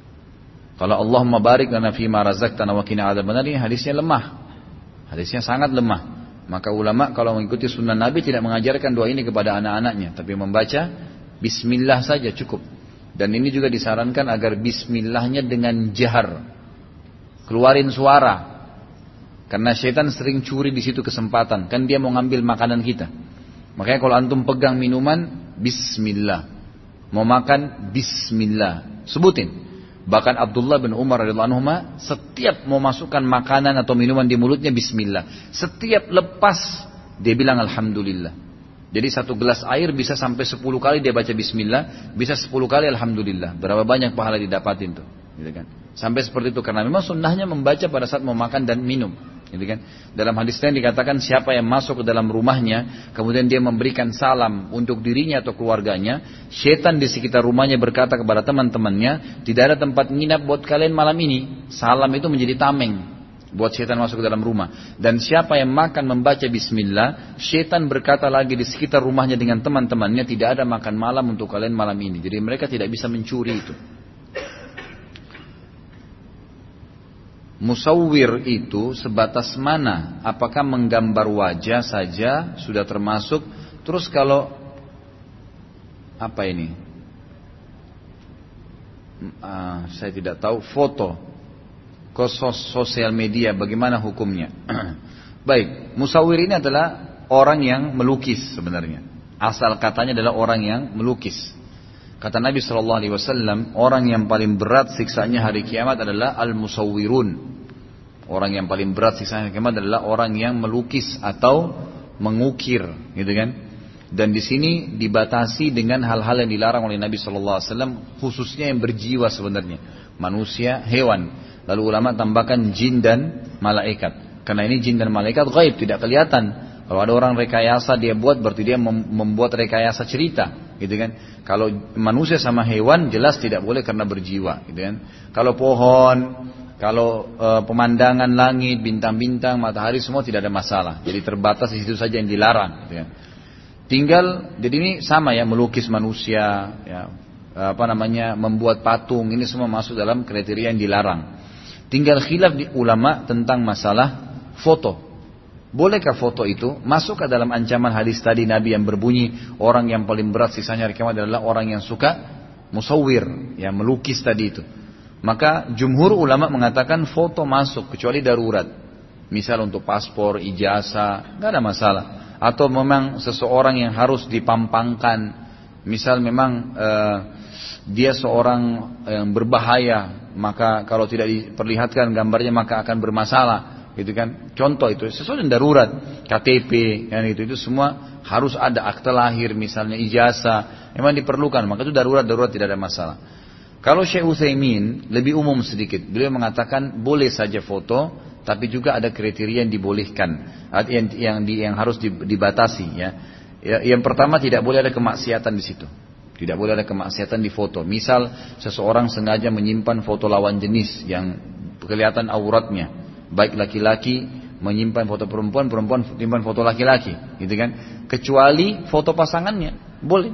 Kalau Allahumma barik lana fima razaqtana wa qina adzabannar, ini hadisnya lemah, hadisnya sangat lemah. Maka ulama kalau mengikuti sunnah Nabi tidak mengajarkan doa ini kepada anak-anaknya, tapi membaca Bismillah saja cukup. Dan ini juga disarankan agar Bismillahnya dengan jahar, keluarin suara, karena syaitan sering curi di situ kesempatan. Kan dia mau ngambil makanan kita. Makanya kalau antum pegang minuman, Bismillah. Mau makan, Bismillah. Sebutin. Bahkan Abdullah bin Umar radhiyallahu anhu setiap mau masukkan makanan atau minuman di mulutnya Bismillah. Setiap lepas dia bilang Alhamdulillah. Jadi satu gelas air bisa sampai sepuluh kali dia baca Bismillah, bisa sepuluh kali Alhamdulillah. Berapa banyak pahala didapatin tuh, gitu kan? Sampai seperti itu karena memang sunnahnya membaca pada saat mau makan dan minum. Gitu kan? Dalam hadis lain dikatakan siapa yang masuk ke dalam rumahnya kemudian dia memberikan salam untuk dirinya atau keluarganya, syaitan di sekitar rumahnya berkata kepada teman-temannya, tidak ada tempat nginap buat kalian malam ini. Salam itu menjadi tameng buat syaitan masuk ke dalam rumah. Dan siapa yang makan membaca Bismillah, syaitan berkata lagi di sekitar rumahnya dengan teman-temannya, tidak ada makan malam untuk kalian malam ini. Jadi mereka tidak bisa mencuri itu. musawwir itu sebatas mana? Apakah menggambar wajah saja sudah termasuk? Terus kalau apa ini? Uh, saya tidak tahu, foto ke sosial media bagaimana hukumnya? Baik, musawwir ini adalah orang yang melukis sebenarnya. Asal katanya adalah orang yang melukis. Kata Nabi shallallahu alaihi wasallam, orang yang paling berat siksanya hari kiamat adalah al-musawwirun. Orang yang paling berat siksanya hari kiamat adalah orang yang melukis atau mengukir, gitu kan? Dan di sini dibatasi dengan hal-hal yang dilarang oleh Nabi shallallahu alaihi wasallam, khususnya yang berjiwa sebenarnya, manusia, hewan. Lalu ulama tambahkan jin dan malaikat. Karena ini jin dan malaikat gaib, tidak kelihatan. Kalau ada orang rekayasa dia buat, berarti dia membuat rekayasa cerita, gitu kan? Kalau manusia sama hewan jelas tidak boleh karena berjiwa, gitu kan? Kalau pohon, kalau e, pemandangan langit, bintang-bintang, matahari semua tidak ada masalah. Jadi terbatas di situ saja yang dilarang, gitu kan? Tinggal, jadi ini sama ya, melukis manusia, ya, apa namanya, membuat patung, ini semua masuk dalam kriteria yang dilarang. Tinggal khilaf di ulama tentang masalah foto. Bolehkah foto itu masuk ke dalam ancaman hadis tadi Nabi yang berbunyi orang yang paling berat siksanya hari kiamat adalah orang yang suka musawwir, yang melukis tadi itu. Maka jumhur ulama mengatakan foto masuk kecuali darurat. Misal untuk paspor, ijazah, nggak ada masalah. Atau memang seseorang yang harus dipampangkan, misal memang uh, dia seorang yang berbahaya, maka kalau tidak diperlihatkan gambarnya maka akan bermasalah, gitu kan? Contoh itu sesuatu yang darurat, K T P, kan itu itu semua harus ada, akte lahir misalnya, ijazah, memang diperlukan, maka itu darurat-darurat, tidak ada masalah. Kalau Syekh Utsaimin lebih umum sedikit, beliau mengatakan boleh saja foto, tapi juga ada kriteria yang dibolehkan, yang yang, yang harus dibatasi, ya. Ya, yang pertama tidak boleh ada kemaksiatan di situ, tidak boleh ada kemaksiatan di foto. Misal seseorang sengaja menyimpan foto lawan jenis yang kelihatan auratnya, baik laki-laki menyimpan foto perempuan, perempuan menyimpan foto laki-laki, gitu kan? Kecuali foto pasangannya, boleh.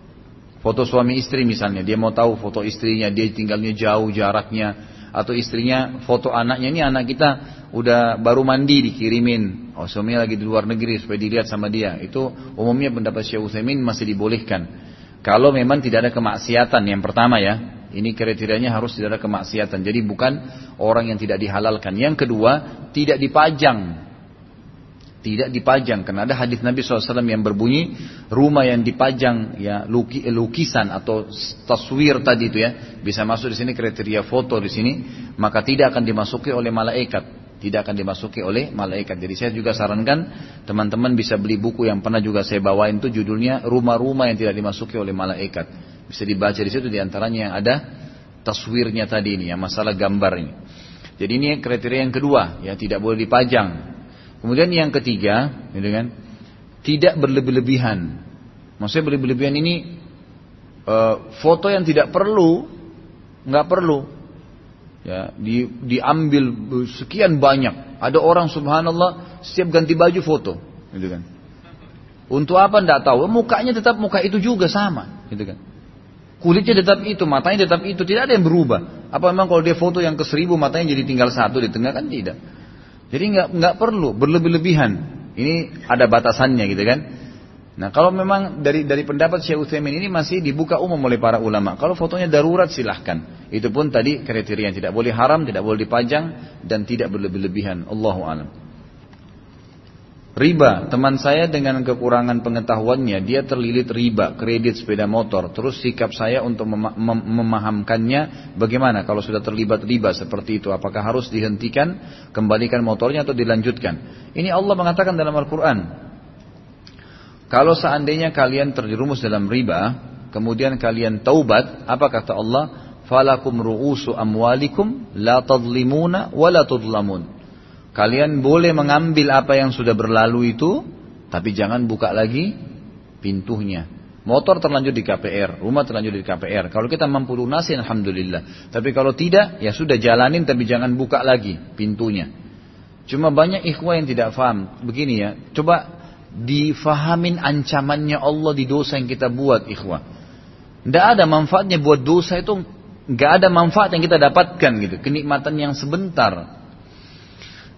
Foto suami istri misalnya, dia mau tahu foto istrinya, dia tinggalnya jauh jaraknya, atau istrinya foto anaknya, ini anak kita udah baru mandi dikirimin, oh suaminya lagi di luar negeri supaya dilihat sama dia. Itu umumnya pendapat Syekh Utsaimin masih dibolehkan. Kalau memang tidak ada kemaksiatan, yang pertama ya, ini kriterianya harus tidak ada kemaksiatan. Jadi bukan orang yang tidak dihalalkan. Yang kedua, tidak dipajang. Tidak dipajang, karena ada hadis Nabi shallallahu alaihi wasallam yang berbunyi rumah yang dipajang ya lukisan atau taswir tadi itu ya, bisa masuk di sini kriteria foto di sini, maka tidak akan dimasuki oleh malaikat, tidak akan dimasuki oleh malaikat. Jadi saya juga sarankan teman-teman bisa beli buku yang pernah juga saya bawain, itu judulnya rumah-rumah yang tidak dimasuki oleh malaikat. Bisa dibaca di situ, diantaranya yang ada taswirnya tadi ini, yang masalah gambar ini. Jadi ini kriteria yang kedua, ya tidak boleh dipajang. Kemudian yang ketiga, gitu kan, tidak berlebih-lebihan. Maksudnya berlebih-lebihan ini e, foto yang tidak perlu, nggak perlu, ya, di, diambil sekian banyak. Ada orang subhanallah setiap ganti baju foto, gitu kan. Untuk apa nggak tahu? Mukanya tetap muka itu juga sama, gitu kan. Kulitnya tetap itu, matanya tetap itu, tidak ada yang berubah. Apa memang kalau dia foto yang ke seribu matanya jadi tinggal satu di tengah, kan tidak. Jadi nggak nggak perlu berlebih-lebihan. Ini ada batasannya, gitu kan. Nah kalau memang dari dari pendapat Syekh Utsaimin ini masih dibuka umum oleh para ulama. Kalau fotonya darurat silahkan. Itu pun tadi kriteria, tidak boleh haram, tidak boleh dipajang, dan tidak berlebih-lebihan. Allahu a'lam. Riba, teman saya dengan kekurangan pengetahuannya, dia terlilit riba, kredit sepeda motor. Terus sikap saya untuk mem- mem- memahamkannya bagaimana kalau sudah terlibat riba seperti itu? Apakah harus dihentikan, kembalikan motornya atau dilanjutkan? Ini Allah mengatakan dalam Al-Quran, kalau seandainya kalian terjerumus dalam riba, kemudian kalian taubat, apa kata Allah? Falakum ru'usu amwalikum la tadlimuna wa la tudlamun. Kalian boleh mengambil apa yang sudah berlalu itu, tapi jangan buka lagi pintunya. Motor terlanjur di K P R, rumah terlanjur di K P R. Kalau kita mampu lunasin, alhamdulillah. Tapi kalau tidak, ya sudah jalanin, tapi jangan buka lagi pintunya. Cuma banyak ikhwah yang tidak paham. Begini ya, coba difahamin ancamannya Allah di dosa yang kita buat, ikhwah. Tidak ada manfaatnya buat dosa itu, nggak ada manfaat yang kita dapatkan gitu. Kenikmatan yang sebentar.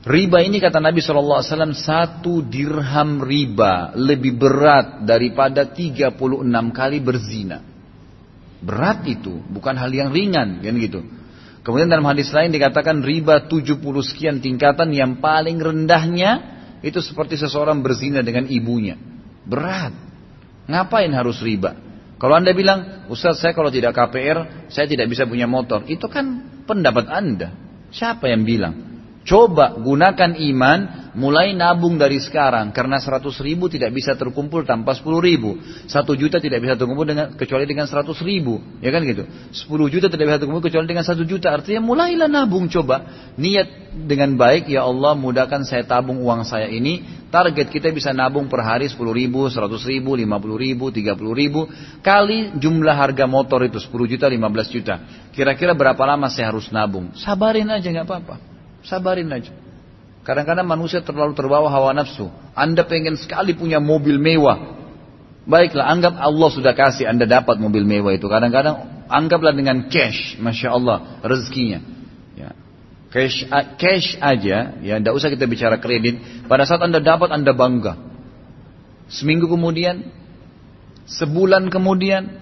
Riba ini kata Nabi shallallahu alaihi wasallam, satu dirham riba lebih berat daripada tiga puluh enam kali berzina. Berat itu, bukan hal yang ringan, kan gitu. Kemudian dalam hadis lain dikatakan riba tujuh puluh sekian tingkatan, yang paling rendahnya itu seperti seseorang berzina dengan ibunya. Berat. Ngapain harus riba? Kalau anda bilang, Ustaz saya kalau tidak K P R, saya tidak bisa punya motor. Itu kan pendapat anda. Siapa yang bilang? Coba gunakan iman, mulai nabung dari sekarang. Karena seratus ribu tidak bisa terkumpul tanpa sepuluh ribu. Satu juta tidak bisa terkumpul dengan, kecuali dengan seratus ribu. Ya kan gitu. Sepuluh juta tidak bisa terkumpul kecuali dengan satu juta. Artinya mulailah nabung coba. Niat dengan baik, ya Allah mudahkan saya tabung uang saya ini. Target kita bisa nabung per hari sepuluh ribu, seratus ribu, lima puluh ribu, tiga puluh ribu. Kali jumlah harga motor itu sepuluh juta, lima belas juta. Kira-kira berapa lama saya harus nabung? Sabarin aja gak apa-apa. Sabarin aja. Kadang-kadang manusia terlalu terbawa hawa nafsu. Anda pengen sekali punya mobil mewah. Baiklah, anggap Allah sudah kasih Anda dapat mobil mewah itu. Kadang-kadang anggaplah dengan cash, masya Allah, rezekinya. Ya. Cash, cash aja, ya, tidak usah kita bicara kredit. Pada saat Anda dapat, Anda bangga. Seminggu kemudian, sebulan kemudian,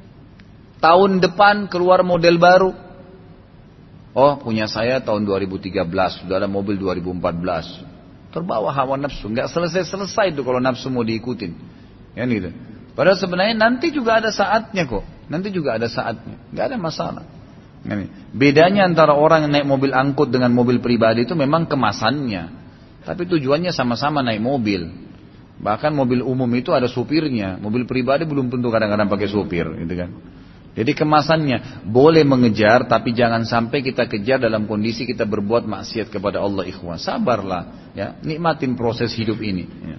tahun depan keluar model baru. Oh, punya saya tahun dua ribu tiga belas, sudah ada mobil dua ribu empat belas. Terbawa hawa nafsu, nggak selesai-selesai itu kalau nafsu mau diikutin. Ya gitu. Padahal sebenarnya nanti juga ada saatnya kok. Nanti juga ada saatnya, nggak ada masalah. Ini. Bedanya antara orang yang naik mobil angkut dengan mobil pribadi itu memang kemasannya. Tapi tujuannya sama-sama naik mobil. Bahkan mobil umum itu ada supirnya, mobil pribadi belum tentu kadang-kadang pakai supir, gitu kan. Jadi kemasannya boleh mengejar, tapi jangan sampai kita kejar dalam kondisi kita berbuat maksiat kepada Allah, ikhwan. Sabarlah, ya, nikmatin proses hidup ini. Ya.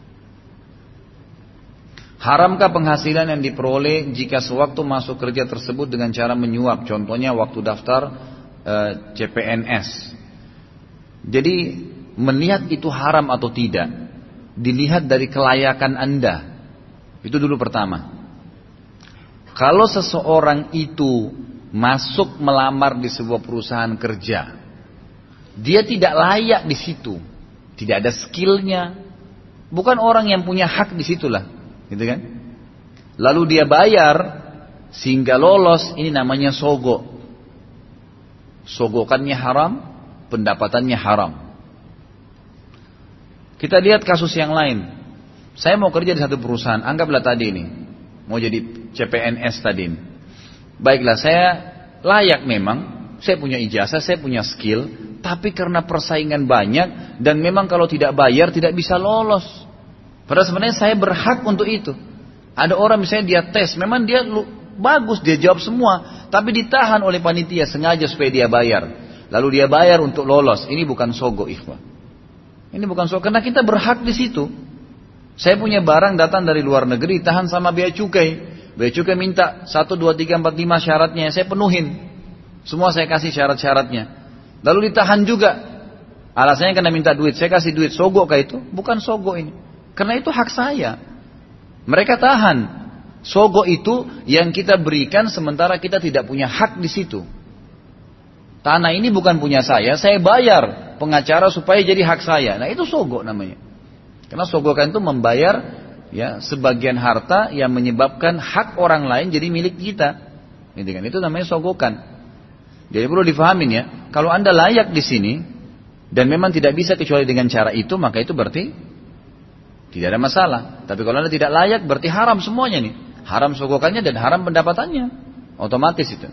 Haramkah penghasilan yang diperoleh jika sewaktu masuk kerja tersebut dengan cara menyuap? Contohnya waktu daftar eh, C P N S. Jadi melihat itu haram atau tidak, dilihat dari kelayakan Anda. Itu dulu pertama. Kalau seseorang itu masuk melamar di sebuah perusahaan kerja, dia tidak layak di situ, tidak ada skillnya, bukan orang yang punya hak di situlah, gitu kan? Lalu dia bayar sehingga lolos, ini namanya sogo. Sogokannya haram, pendapatannya haram. Kita lihat kasus yang lain. Saya mau kerja di satu perusahaan, anggaplah tadi ini. Mau jadi C P N S tadi. Baiklah, saya layak memang. Saya punya ijazah, saya punya skill. Tapi karena persaingan banyak. Dan memang kalau tidak bayar tidak bisa lolos. Padahal sebenarnya saya berhak untuk itu. Ada orang misalnya dia tes. Memang dia bagus, dia jawab semua. Tapi ditahan oleh panitia sengaja supaya dia bayar. Lalu dia bayar untuk lolos. Ini bukan sogo, ikhwan. Ini bukan sogo. Karena kita berhak di situ. Saya punya barang datang dari luar negeri, tahan sama bea cukai. Bea cukai minta satu, dua, tiga, empat, lima syaratnya, saya penuhin. Semua saya kasih syarat-syaratnya. Lalu ditahan juga. Alasannya karena minta duit, saya kasih duit. Sogok kah itu? Bukan sogok ini. Karena itu hak saya. Mereka tahan. Sogok itu yang kita berikan sementara kita tidak punya hak di situ. Tanah ini bukan punya saya, saya bayar pengacara supaya jadi hak saya. Nah itu sogok namanya. Karena sogokan itu membayar ya sebagian harta yang menyebabkan hak orang lain jadi milik kita. Gitu kan? Itu namanya sogokan. Jadi perlu difahamin ya. Kalau Anda layak di sini dan memang tidak bisa kecuali dengan cara itu, maka itu berarti tidak ada masalah. Tapi kalau Anda tidak layak, berarti haram semuanya nih. Haram sogokannya dan haram pendapatannya. Otomatis itu.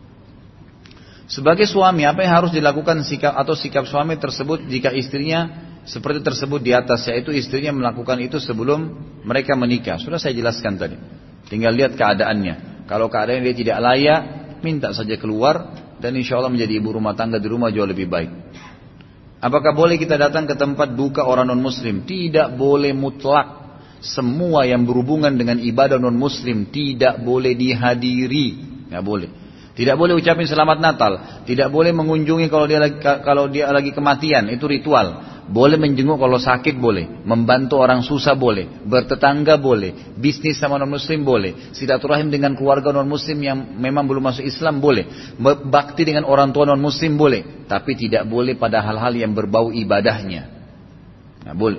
Sebagai suami, apa yang harus dilakukan sikap atau sikap suami tersebut jika istrinya seperti tersebut di atas, yaitu istrinya melakukan itu sebelum mereka menikah. Sudah saya jelaskan tadi. Tinggal lihat keadaannya. Kalau keadaannya dia tidak layak, minta saja keluar dan insya Allah menjadi ibu rumah tangga di rumah jauh lebih baik. Apakah boleh kita datang ke tempat duka orang non muslim? Tidak boleh mutlak. Semua yang berhubungan dengan ibadah non muslim tidak boleh dihadiri. Nggak boleh. Tidak boleh ucapin selamat Natal. Tidak boleh mengunjungi kalau dia lagi, kalau dia lagi kematian. Itu ritual. Boleh menjenguk kalau sakit boleh, membantu orang susah boleh, bertetangga boleh, bisnis sama non muslim boleh, silaturahim dengan keluarga non muslim yang memang belum masuk Islam boleh, bakti dengan orang tua non muslim boleh, tapi tidak boleh pada hal-hal yang berbau ibadahnya. Nah, boleh.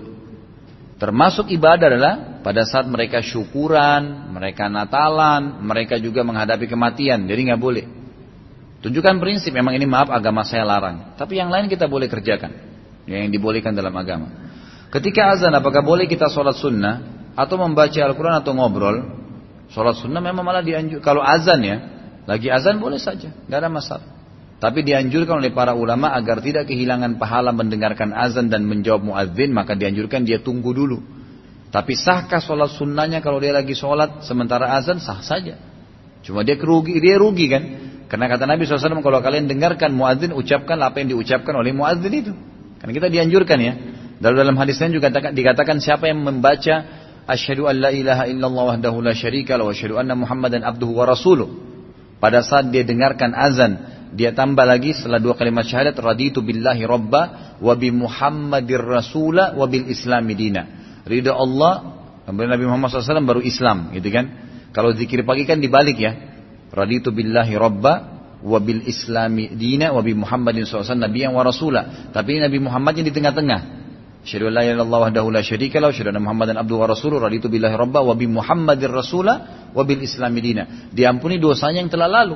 Termasuk ibadah adalah pada saat mereka syukuran, mereka natalan, mereka juga menghadapi kematian, jadi nggak boleh. Tunjukkan prinsip, memang ini maaf agama saya larang. Tapi yang lain kita boleh kerjakan. Yang dibolehkan dalam agama. Ketika azan, apakah boleh kita sholat sunnah? Atau membaca Al-Quran atau ngobrol? Sholat sunnah memang malah dianjur. Kalau azan ya, lagi azan boleh saja. Gak ada masalah. Tapi dianjurkan oleh para ulama agar tidak kehilangan pahala mendengarkan azan dan menjawab muadzin, maka dianjurkan dia tunggu dulu. Tapi sahkah sholat sunnahnya kalau dia lagi sholat sementara azan? Sah saja. Cuma dia kerugi, dia rugi kan? Karena kata Nabi shallallahu alaihi wasallam, kalau kalian dengarkan muadzin, ucapkan apa yang diucapkan oleh muadzin itu. Karena kita dianjurkan ya. Dalam dalam hadis lain juga dikatakan siapa yang membaca asyhadu an la ilaha illallah wahdahu la syarika lahu wa asyhadu anna muhammadan abduhu wa rasuluh. Pada saat dia dengarkan azan, dia tambah lagi setelah dua kalimat syahadat, raditu billahi rabba wa bi muhammadir rasula wa bil islami dina. Ridha Allah, kemudian Nabi Muhammad shallallahu alaihi wasallam baru Islam, gitu kan. Kalau zikir pagi kan dibalik ya. Raditu billahi rabba wa bil islami dina wa bi Muhammadin sallallahu alaihi wasallam nabiyyan wa rasula. Tapi ini Nabi Muhammad yang di tengah-tengah. Asyhadu an la ilaha illallah wahdahu la syarika lahu, asyhadu anna Muhammadan abduhu wa rasuluh, raditu billahi rabba wa bi Muhammadir rasula wa bil islami dina. Diampuni dosanya yang telah lalu.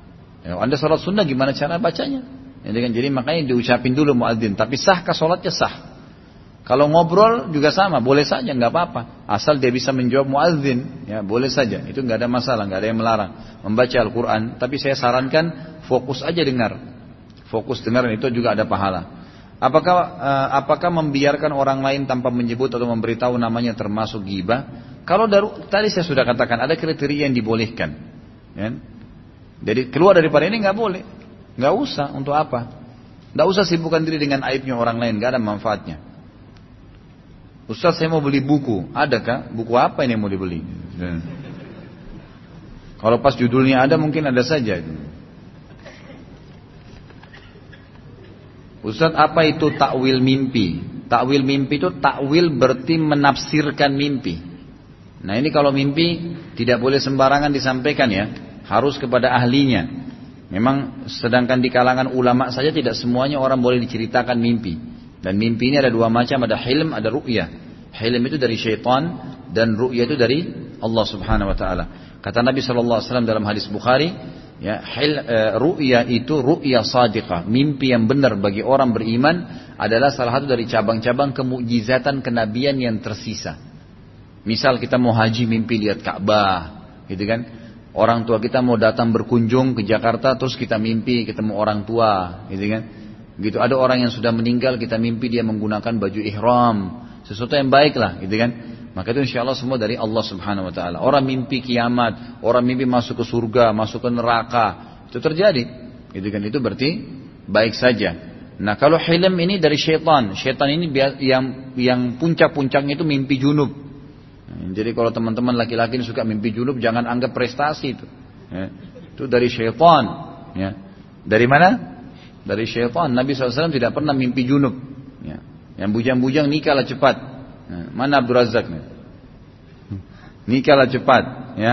Ya, Anda salat sunnah gimana cara bacanya? Jadi, jadi makanya diucapin dulu muadzin. Tapi sahkah salatnya? Sah. Kalau ngobrol juga sama, boleh saja, nggak apa-apa. Asal dia bisa menjawab muadzin, ya boleh saja. Itu nggak ada masalah, nggak ada yang melarang. Membaca Al-Quran, tapi saya sarankan fokus aja dengar. Fokus dengar itu juga ada pahala. Apakah uh, apakah membiarkan orang lain tanpa menyebut atau memberitahu namanya termasuk ghibah? Kalau daru, tadi saya sudah katakan ada kriteria yang dibolehkan. Ya? Jadi keluar daripada ini nggak boleh, nggak usah. Untuk apa? Nggak usah sibukkan diri dengan aibnya orang lain, nggak ada manfaatnya. Ustaz saya mau beli buku, adakah? Buku apa ini yang mau dibeli? Ya. Kalau pas judulnya ada mungkin ada saja. Ustaz apa itu takwil mimpi? Takwil mimpi itu takwil berarti menafsirkan mimpi. Nah ini kalau mimpi tidak boleh sembarangan disampaikan ya, harus kepada ahlinya. Memang sedangkan di kalangan ulama saja tidak semuanya orang boleh diceritakan mimpi. Dan mimpi ini ada dua macam, ada hilm, ada ru'yah. Hilm itu dari syaitan dan ru'yah itu dari Allah Subhanahu wa taala. Kata Nabi sallallahu alaihi wasallam dalam hadis Bukhari, ya, hil, uh, ru'yah itu ru'yah shadiqah, mimpi yang benar bagi orang beriman adalah salah satu dari cabang-cabang kemukjizatan kenabian yang tersisa. Misal kita mau haji mimpi lihat Ka'bah, gitu kan? Orang tua kita mau datang berkunjung ke Jakarta terus kita mimpi ketemu orang tua, gitu kan? Gitu ada orang yang sudah meninggal kita mimpi dia menggunakan baju ihram, sesuatu yang baik lah, gitu kan? Maka itu insya Allah semua dari Allah Subhanahu Wa Taala. Orang mimpi kiamat, orang mimpi masuk ke surga, masuk ke neraka, itu terjadi, gitu kan? Itu berarti baik saja. Nah kalau hilm ini dari syaitan, syaitan ini yang yang puncak-puncaknya itu mimpi junub. Jadi kalau teman-teman laki-laki ini suka mimpi junub, jangan anggap prestasi itu. Ya, itu dari syaitan. Ya. Dari mana? Dari syaitan. Nabi shallallahu alaihi wasallam tidak pernah mimpi junub. Ya. Yang bujang-bujang nikahlah cepat. Ya. Mana Abdul Razak? Nikahlah cepat. Ya.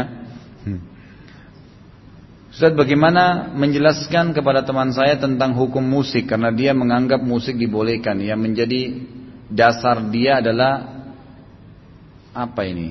Ustaz, bagaimana menjelaskan kepada teman saya tentang hukum musik karena dia menganggap musik dibolehkan. Yang menjadi dasar dia adalah apa ini?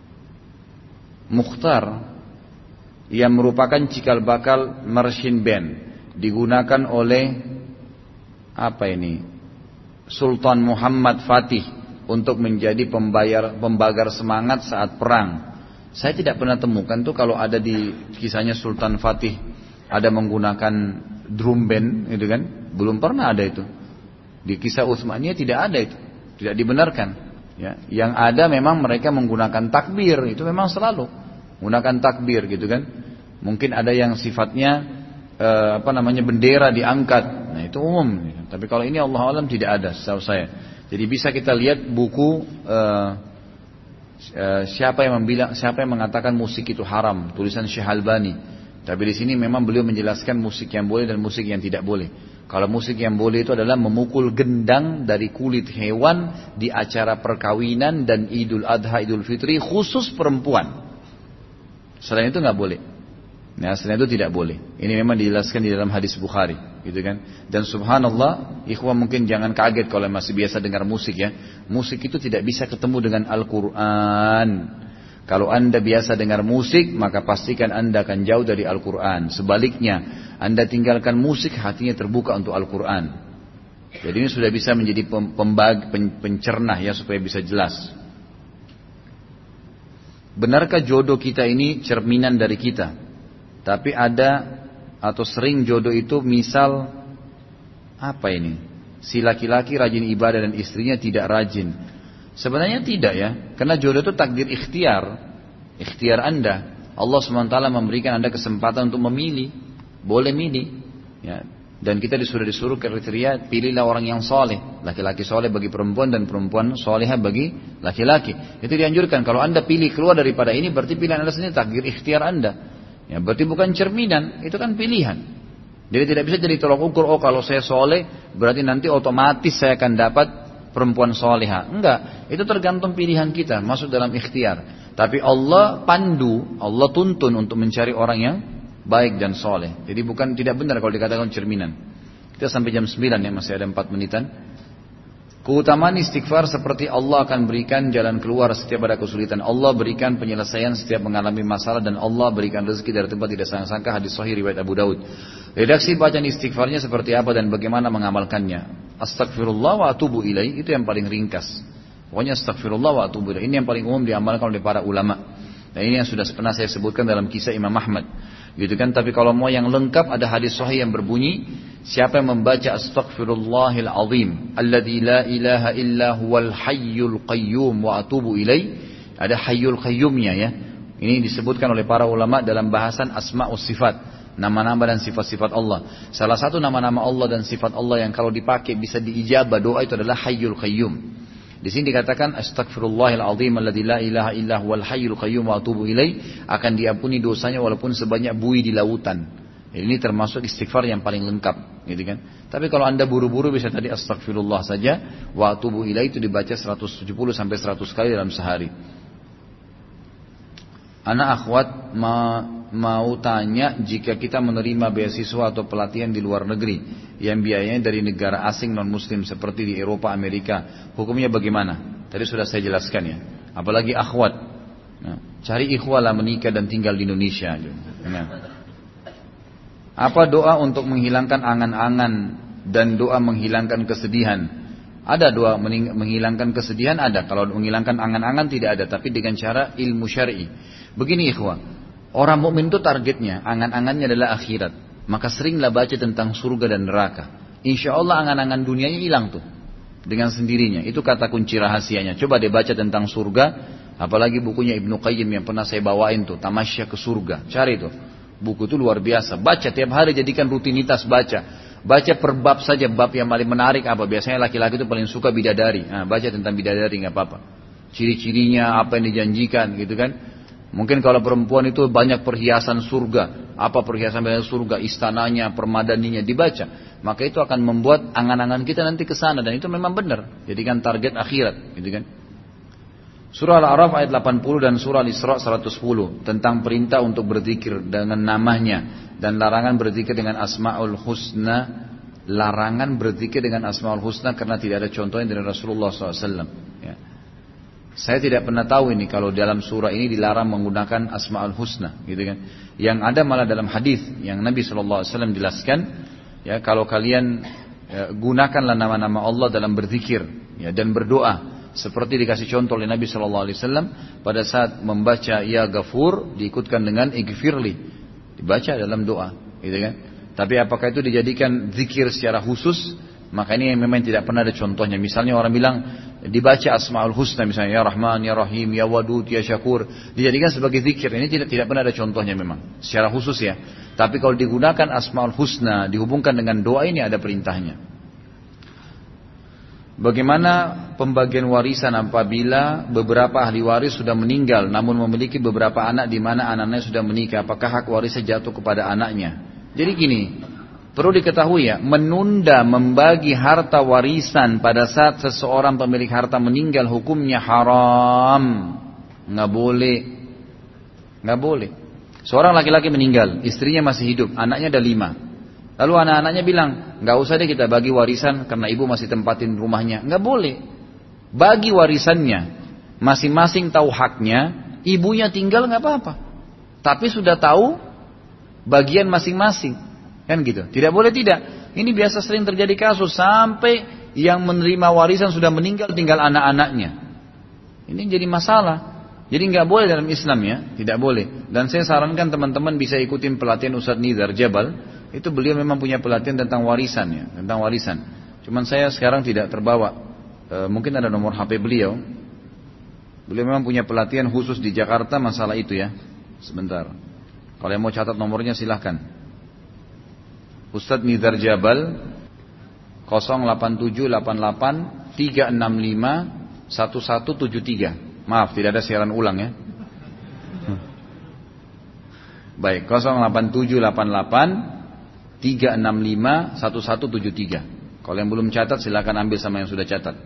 Mukhtar yang merupakan cikal bakal marching band digunakan oleh apa ini? Sultan Muhammad Fatih untuk menjadi pembayar pembagar semangat saat perang. Saya tidak pernah temukan tuh kalau ada di kisahnya Sultan Fatih ada menggunakan drum band, gitu kan? Belum pernah ada itu. Di kisah Utsmaniyah tidak ada itu, tidak dibenarkan. Ya, yang ada memang mereka menggunakan takbir, itu memang selalu menggunakan takbir, gitu kan? Mungkin ada yang sifatnya eh, apa namanya bendera diangkat, nah itu umum. Tapi kalau ini Allah alam tidak ada, setahu saya. Jadi bisa kita lihat buku eh, eh, siapa yang membilang, siapa yang mengatakan musik itu haram, tulisan Syekh Albani. Tapi di sini memang beliau menjelaskan musik yang boleh dan musik yang tidak boleh. Kalau musik yang boleh itu adalah memukul gendang dari kulit hewan di acara perkawinan dan Idul Adha, Idul Fitri khusus perempuan. Selain itu nggak boleh. Nah, selain itu tidak boleh. Ini memang dijelaskan di dalam hadis Bukhari, gitu kan. Dan subhanallah, ikhwan mungkin jangan kaget kalau masih biasa dengar musik ya. Musik itu tidak bisa ketemu dengan Al-Quran. Kalau anda biasa dengar musik, maka pastikan anda akan jauh dari Al-Quran. Sebaliknya, anda tinggalkan musik, hatinya terbuka untuk Al-Quran. Jadi ini sudah bisa menjadi pembag, pencernah ya, supaya bisa jelas. Benarkah jodoh kita ini cerminan dari kita? Tapi ada atau sering jodoh itu misal, apa ini? Si laki-laki rajin ibadah dan istrinya tidak rajin. Sebenarnya tidak ya, karena jodoh itu takdir ikhtiar, ikhtiar anda. Allah subhanahu wa taala memberikan anda kesempatan untuk memilih, boleh milih. Ya. Dan kita disuruh disuruh kriteria, pilihlah orang yang soleh, laki-laki soleh bagi perempuan dan perempuan solehah bagi laki-laki. Itu dianjurkan. Kalau anda pilih keluar daripada ini, berarti pilihan anda sendiri, takdir ikhtiar anda. Ya, berarti bukan cerminan, itu kan pilihan. Jadi tidak bisa jadi tolak ukur. Oh kalau saya soleh, berarti nanti otomatis saya akan dapat perempuan soleha. Enggak, itu tergantung pilihan kita, masuk dalam ikhtiar. Tapi Allah pandu, Allah tuntun untuk mencari orang yang baik dan soleh. Jadi bukan, tidak benar kalau dikatakan cerminan. Kita sampai jam sembilan ya, masih ada empat menitan. Keutamaan istighfar seperti Allah akan berikan jalan keluar setiap ada kesulitan. Allah berikan penyelesaian setiap mengalami masalah, dan Allah berikan rezeki dari tempat tidak sangka-sangka. Hadis sahih riwayat Abu Daud. Redaksi bacaan istighfarnya seperti apa dan bagaimana mengamalkannya? Astagfirullah wa atubu ilaih, itu yang paling ringkas. Pokoknya astagfirullah wa atubu ilaih, ini yang paling umum diamalkan oleh para ulama. Dan ini yang sudah pernah saya sebutkan dalam kisah Imam Ahmad, gitu kan. Tapi kalau mau yang lengkap, ada hadis sahih yang berbunyi, siapa yang membaca astaghfirullahil azim alladzi la ilaha illa huwal hayyul qayyum wa atubu ilaih, ada hayyul qayyumnya ya. Ini disebutkan oleh para ulama dalam bahasan asma'us sifat, nama-nama dan sifat-sifat Allah. Salah satu nama-nama Allah dan sifat Allah yang kalau dipakai bisa diijabah doa itu adalah hayyul qayyum. Di sini dikatakan astaghfirullahil azim alladzi la ilaha illa huwal hayyul qayyum wa atubu ilaih, akan diampuni dosanya walaupun sebanyak buih di lautan. Ini termasuk istighfar yang paling lengkap, gitu kan. Tapi kalau anda buru-buru bisa tadi astagfirullah saja, wa atubu ilaih itu dibaca seratus tujuh puluh sampai seratus kali dalam sehari. Anak akhwat ma mau tanya, jika kita menerima beasiswa atau pelatihan di luar negeri yang biayanya dari negara asing non muslim seperti di Eropa, Amerika, hukumnya bagaimana? Tadi sudah saya jelaskan ya. Apalagi akhwat, nah, cari ikhwalah menikah dan tinggal di Indonesia. Nah. Apa doa untuk menghilangkan angan-angan dan doa menghilangkan kesedihan? Ada doa menghilangkan kesedihan, ada. Kalau menghilangkan angan-angan tidak ada, tapi dengan cara ilmu syar'i. Begini ikhwah, orang mukmin itu targetnya, angan-angannya adalah akhirat. Maka seringlah baca tentang surga dan neraka. Insya Allah angan-angan dunianya hilang tuh dengan sendirinya. Itu kata kunci rahasianya. Coba deh baca tentang surga, apalagi bukunya Ibnu Qayyim yang pernah saya bawain tuh, Tamasya ke Surga. Cari tuh. Buku itu luar biasa. Baca tiap hari, jadikan rutinitas baca. Baca per bab saja, bab yang paling menarik apa? Biasanya laki-laki itu paling suka bidadari. Nah, baca tentang bidadari nggak apa-apa. Ciri-cirinya, apa yang dijanjikan, gitu kan? Mungkin kalau perempuan itu banyak perhiasan surga. Apa perhiasan surga? Istananya, permadaninya, dibaca. Maka itu akan membuat angan-angan kita nanti ke sana, dan itu memang benar. Jadikan target akhirat, gitu kan? Surah Al-A'raf ayat delapan puluh dan surah Al-Isra seratus sepuluh tentang perintah untuk berzikir dengan namanya dan larangan berzikir dengan Asmaul Husna. Larangan berzikir dengan Asmaul Husna karena tidak ada contohnya dari Rasulullah shallallahu alaihi wasallam. Ya. Saya tidak pernah tahu ini kalau dalam surah ini dilarang menggunakan Asmaul Husna, gitu kan? Yang ada malah dalam hadis yang Nabi shallallahu alaihi wasallam jelaskan, ya, kalau kalian ya, gunakanlah nama-nama Allah dalam berzikir, ya, dan berdoa. Seperti dikasih contoh oleh Nabi shallallahu alaihi wasallam pada saat membaca Ya Ghafur diikutkan dengan Ighfirli, dibaca dalam doa, gitu kan? Tapi apakah itu dijadikan zikir secara khusus? Maka ini yang memang tidak pernah ada contohnya. Misalnya orang bilang dibaca Asmaul Husna, misalnya Ya Rahman, Ya Rahim, Ya Wadud, Ya Syakur, dijadikan sebagai zikir. Ini tidak tidak pernah ada contohnya memang secara khusus ya. Tapi kalau digunakan Asmaul Husna dihubungkan dengan doa, ini ada perintahnya. Bagaimana pembagian warisan apabila beberapa ahli waris sudah meninggal namun memiliki beberapa anak di mana anaknya sudah menikah, apakah hak warisnya jatuh kepada anaknya? Jadi gini, perlu diketahui ya, menunda membagi harta warisan pada saat seseorang pemilik harta meninggal hukumnya haram. Nggak boleh. Nggak boleh. Seorang laki-laki meninggal, istrinya masih hidup, anaknya ada lima. Lalu anak-anaknya bilang, nggak usah deh kita bagi warisan karena ibu masih tempatin rumahnya. Nggak boleh. Bagi warisannya, masing-masing tahu haknya, ibunya tinggal nggak apa-apa. Tapi sudah tahu bagian masing-masing, kan gitu. Tidak boleh tidak. Ini biasa sering terjadi kasus sampai yang menerima warisan sudah meninggal, tinggal anak-anaknya. Ini jadi masalah. Jadi nggak boleh dalam Islam ya, tidak boleh. Dan saya sarankan teman-teman bisa ikutin pelatihan Ustadz Nizar Jabal. Itu beliau memang punya pelatihan tentang warisan ya, tentang warisan. Cuman saya sekarang tidak terbawa. E, mungkin ada nomor H P beliau. Beliau memang punya pelatihan khusus di Jakarta masalah itu ya. Sebentar. Kalau yang mau catat nomornya silahkan. Ustadz Nizar Jabal nol delapan tujuh delapan delapan tiga enam lima satu satu tujuh tiga. Maaf, tidak ada siaran ulang ya. Baik, nol delapan tujuh delapan delapan tiga enam lima satu satu tujuh tiga. Kalau yang belum catat silakan ambil sama yang sudah catat.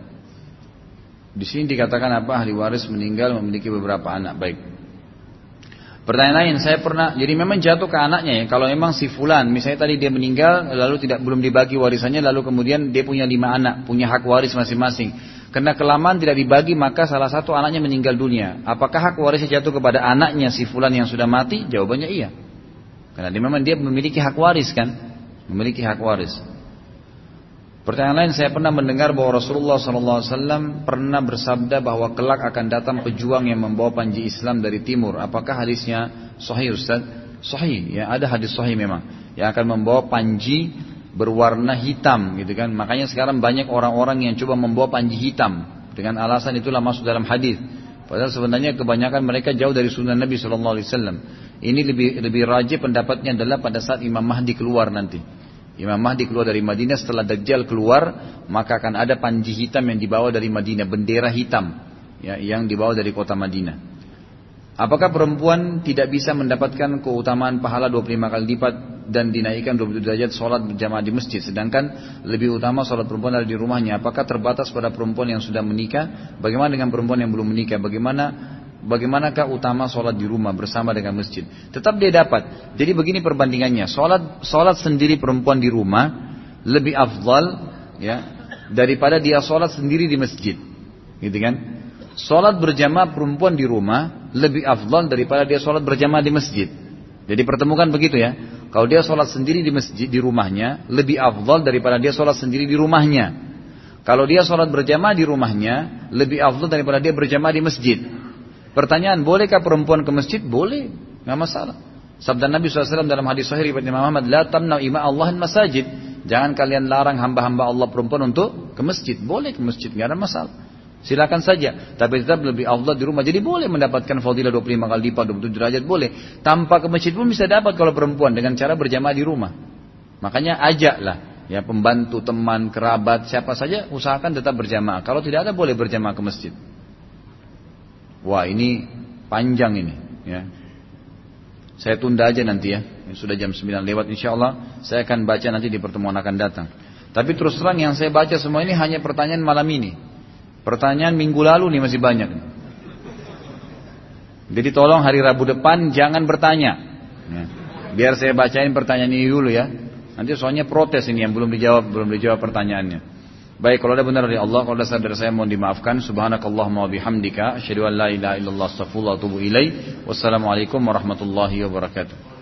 Di sini dikatakan apa? Ahli waris meninggal memiliki beberapa anak. Baik. Pertanyaan lain, saya pernah, jadi memang jatuh ke anaknya ya. Kalau memang si fulan, misalnya tadi dia meninggal lalu tidak belum dibagi warisannya, lalu kemudian dia punya lima anak, punya hak waris masing-masing. Karena kelamaan tidak dibagi maka salah satu anaknya meninggal dunia. Apakah hak warisnya jatuh kepada anaknya si fulan yang sudah mati? Jawabannya iya. Karena dia memang dia memiliki hak waris kan, memiliki hak waris. Pertanyaan lain, saya pernah mendengar bahwa Rasulullah shallallahu alaihi wasallam pernah bersabda bahwa kelak akan datang pejuang yang membawa panji Islam dari timur. Apakah hadisnya sahih Ustaz? Sahih, ya ada hadis sahih memang yang akan membawa panji berwarna hitam, gitu kan. Makanya sekarang banyak orang-orang yang coba membawa panji hitam dengan alasan itulah masuk dalam hadis. Padahal sebenarnya kebanyakan mereka jauh dari sunnah Nabi shallallahu alaihi wasallam. Ini lebih lebih rajih pendapatnya adalah pada saat Imam Mahdi keluar nanti. Imam Mahdi keluar dari Madinah setelah Dajjal keluar, maka akan ada panji hitam yang dibawa dari Madinah, bendera hitam ya, yang dibawa dari kota Madinah. Apakah perempuan tidak bisa mendapatkan keutamaan pahala dua puluh lima kali lipat dan dinaikkan dua puluh derajat sholat berjamaah di masjid, sedangkan lebih utama sholat perempuan ada di rumahnya? Apakah terbatas pada perempuan yang sudah menikah? Bagaimana dengan perempuan yang belum menikah? Bagaimana Bagaimanakah utama sholat di rumah bersama dengan masjid? Tetap dia dapat. Jadi begini perbandingannya. Sholat, sholat sendiri perempuan di rumah lebih afdal ya, daripada dia sholat sendiri di masjid. Gitu kan? Sholat berjamaah perempuan di rumah lebih afdal daripada dia sholat berjamaah di masjid. Jadi pertemukan begitu ya. Kalau dia sholat sendiri di masjid di rumahnya lebih afdal daripada dia sholat sendiri di rumahnya. Kalau dia sholat berjamaah di rumahnya lebih afdal daripada dia berjamaah di masjid. Pertanyaan, bolehkah perempuan ke masjid? Boleh, nggak masalah. Sabda Nabi shallallahu alaihi wasallam dalam hadis sahih riwayat Imam Ahmad, la tamna'u ima Allahin masajid. Jangan kalian larang hamba-hamba Allah perempuan untuk ke masjid. Boleh ke masjid, nggak ada masalah. Silakan saja. Tapi tetap lebih afdal di rumah. Jadi boleh mendapatkan fadilah dua puluh lima kali lipat, dua puluh tujuh derajat boleh. Tanpa ke masjid pun bisa dapat kalau perempuan dengan cara berjamaah di rumah. Makanya ajaklah ya pembantu, teman, kerabat, siapa saja usahakan tetap berjamaah. Kalau tidak ada boleh berjamaah ke masjid. Wah ini panjang ini ya. Saya tunda aja nanti ya. Sudah jam sembilan lewat, insya Allah saya akan baca nanti di pertemuan akan datang. Tapi terus terang yang saya baca semua ini hanya pertanyaan malam ini. Pertanyaan minggu lalu nih masih banyak. Jadi tolong hari Rabu depan jangan bertanya ya. Biar saya bacain pertanyaan ini dulu ya. Nanti soalnya protes ini yang belum dijawab, belum dijawab pertanyaannya. Baik, kalau ada benar dari Allah, kalau ada salah dari saya mohon dimaafkan. Subhanakallahumma wa bihamdika asyhadu an la ilaha illallah astaghfirullah wa atubu ilaik. Wassalamualaikum warahmatullahi wabarakatuh.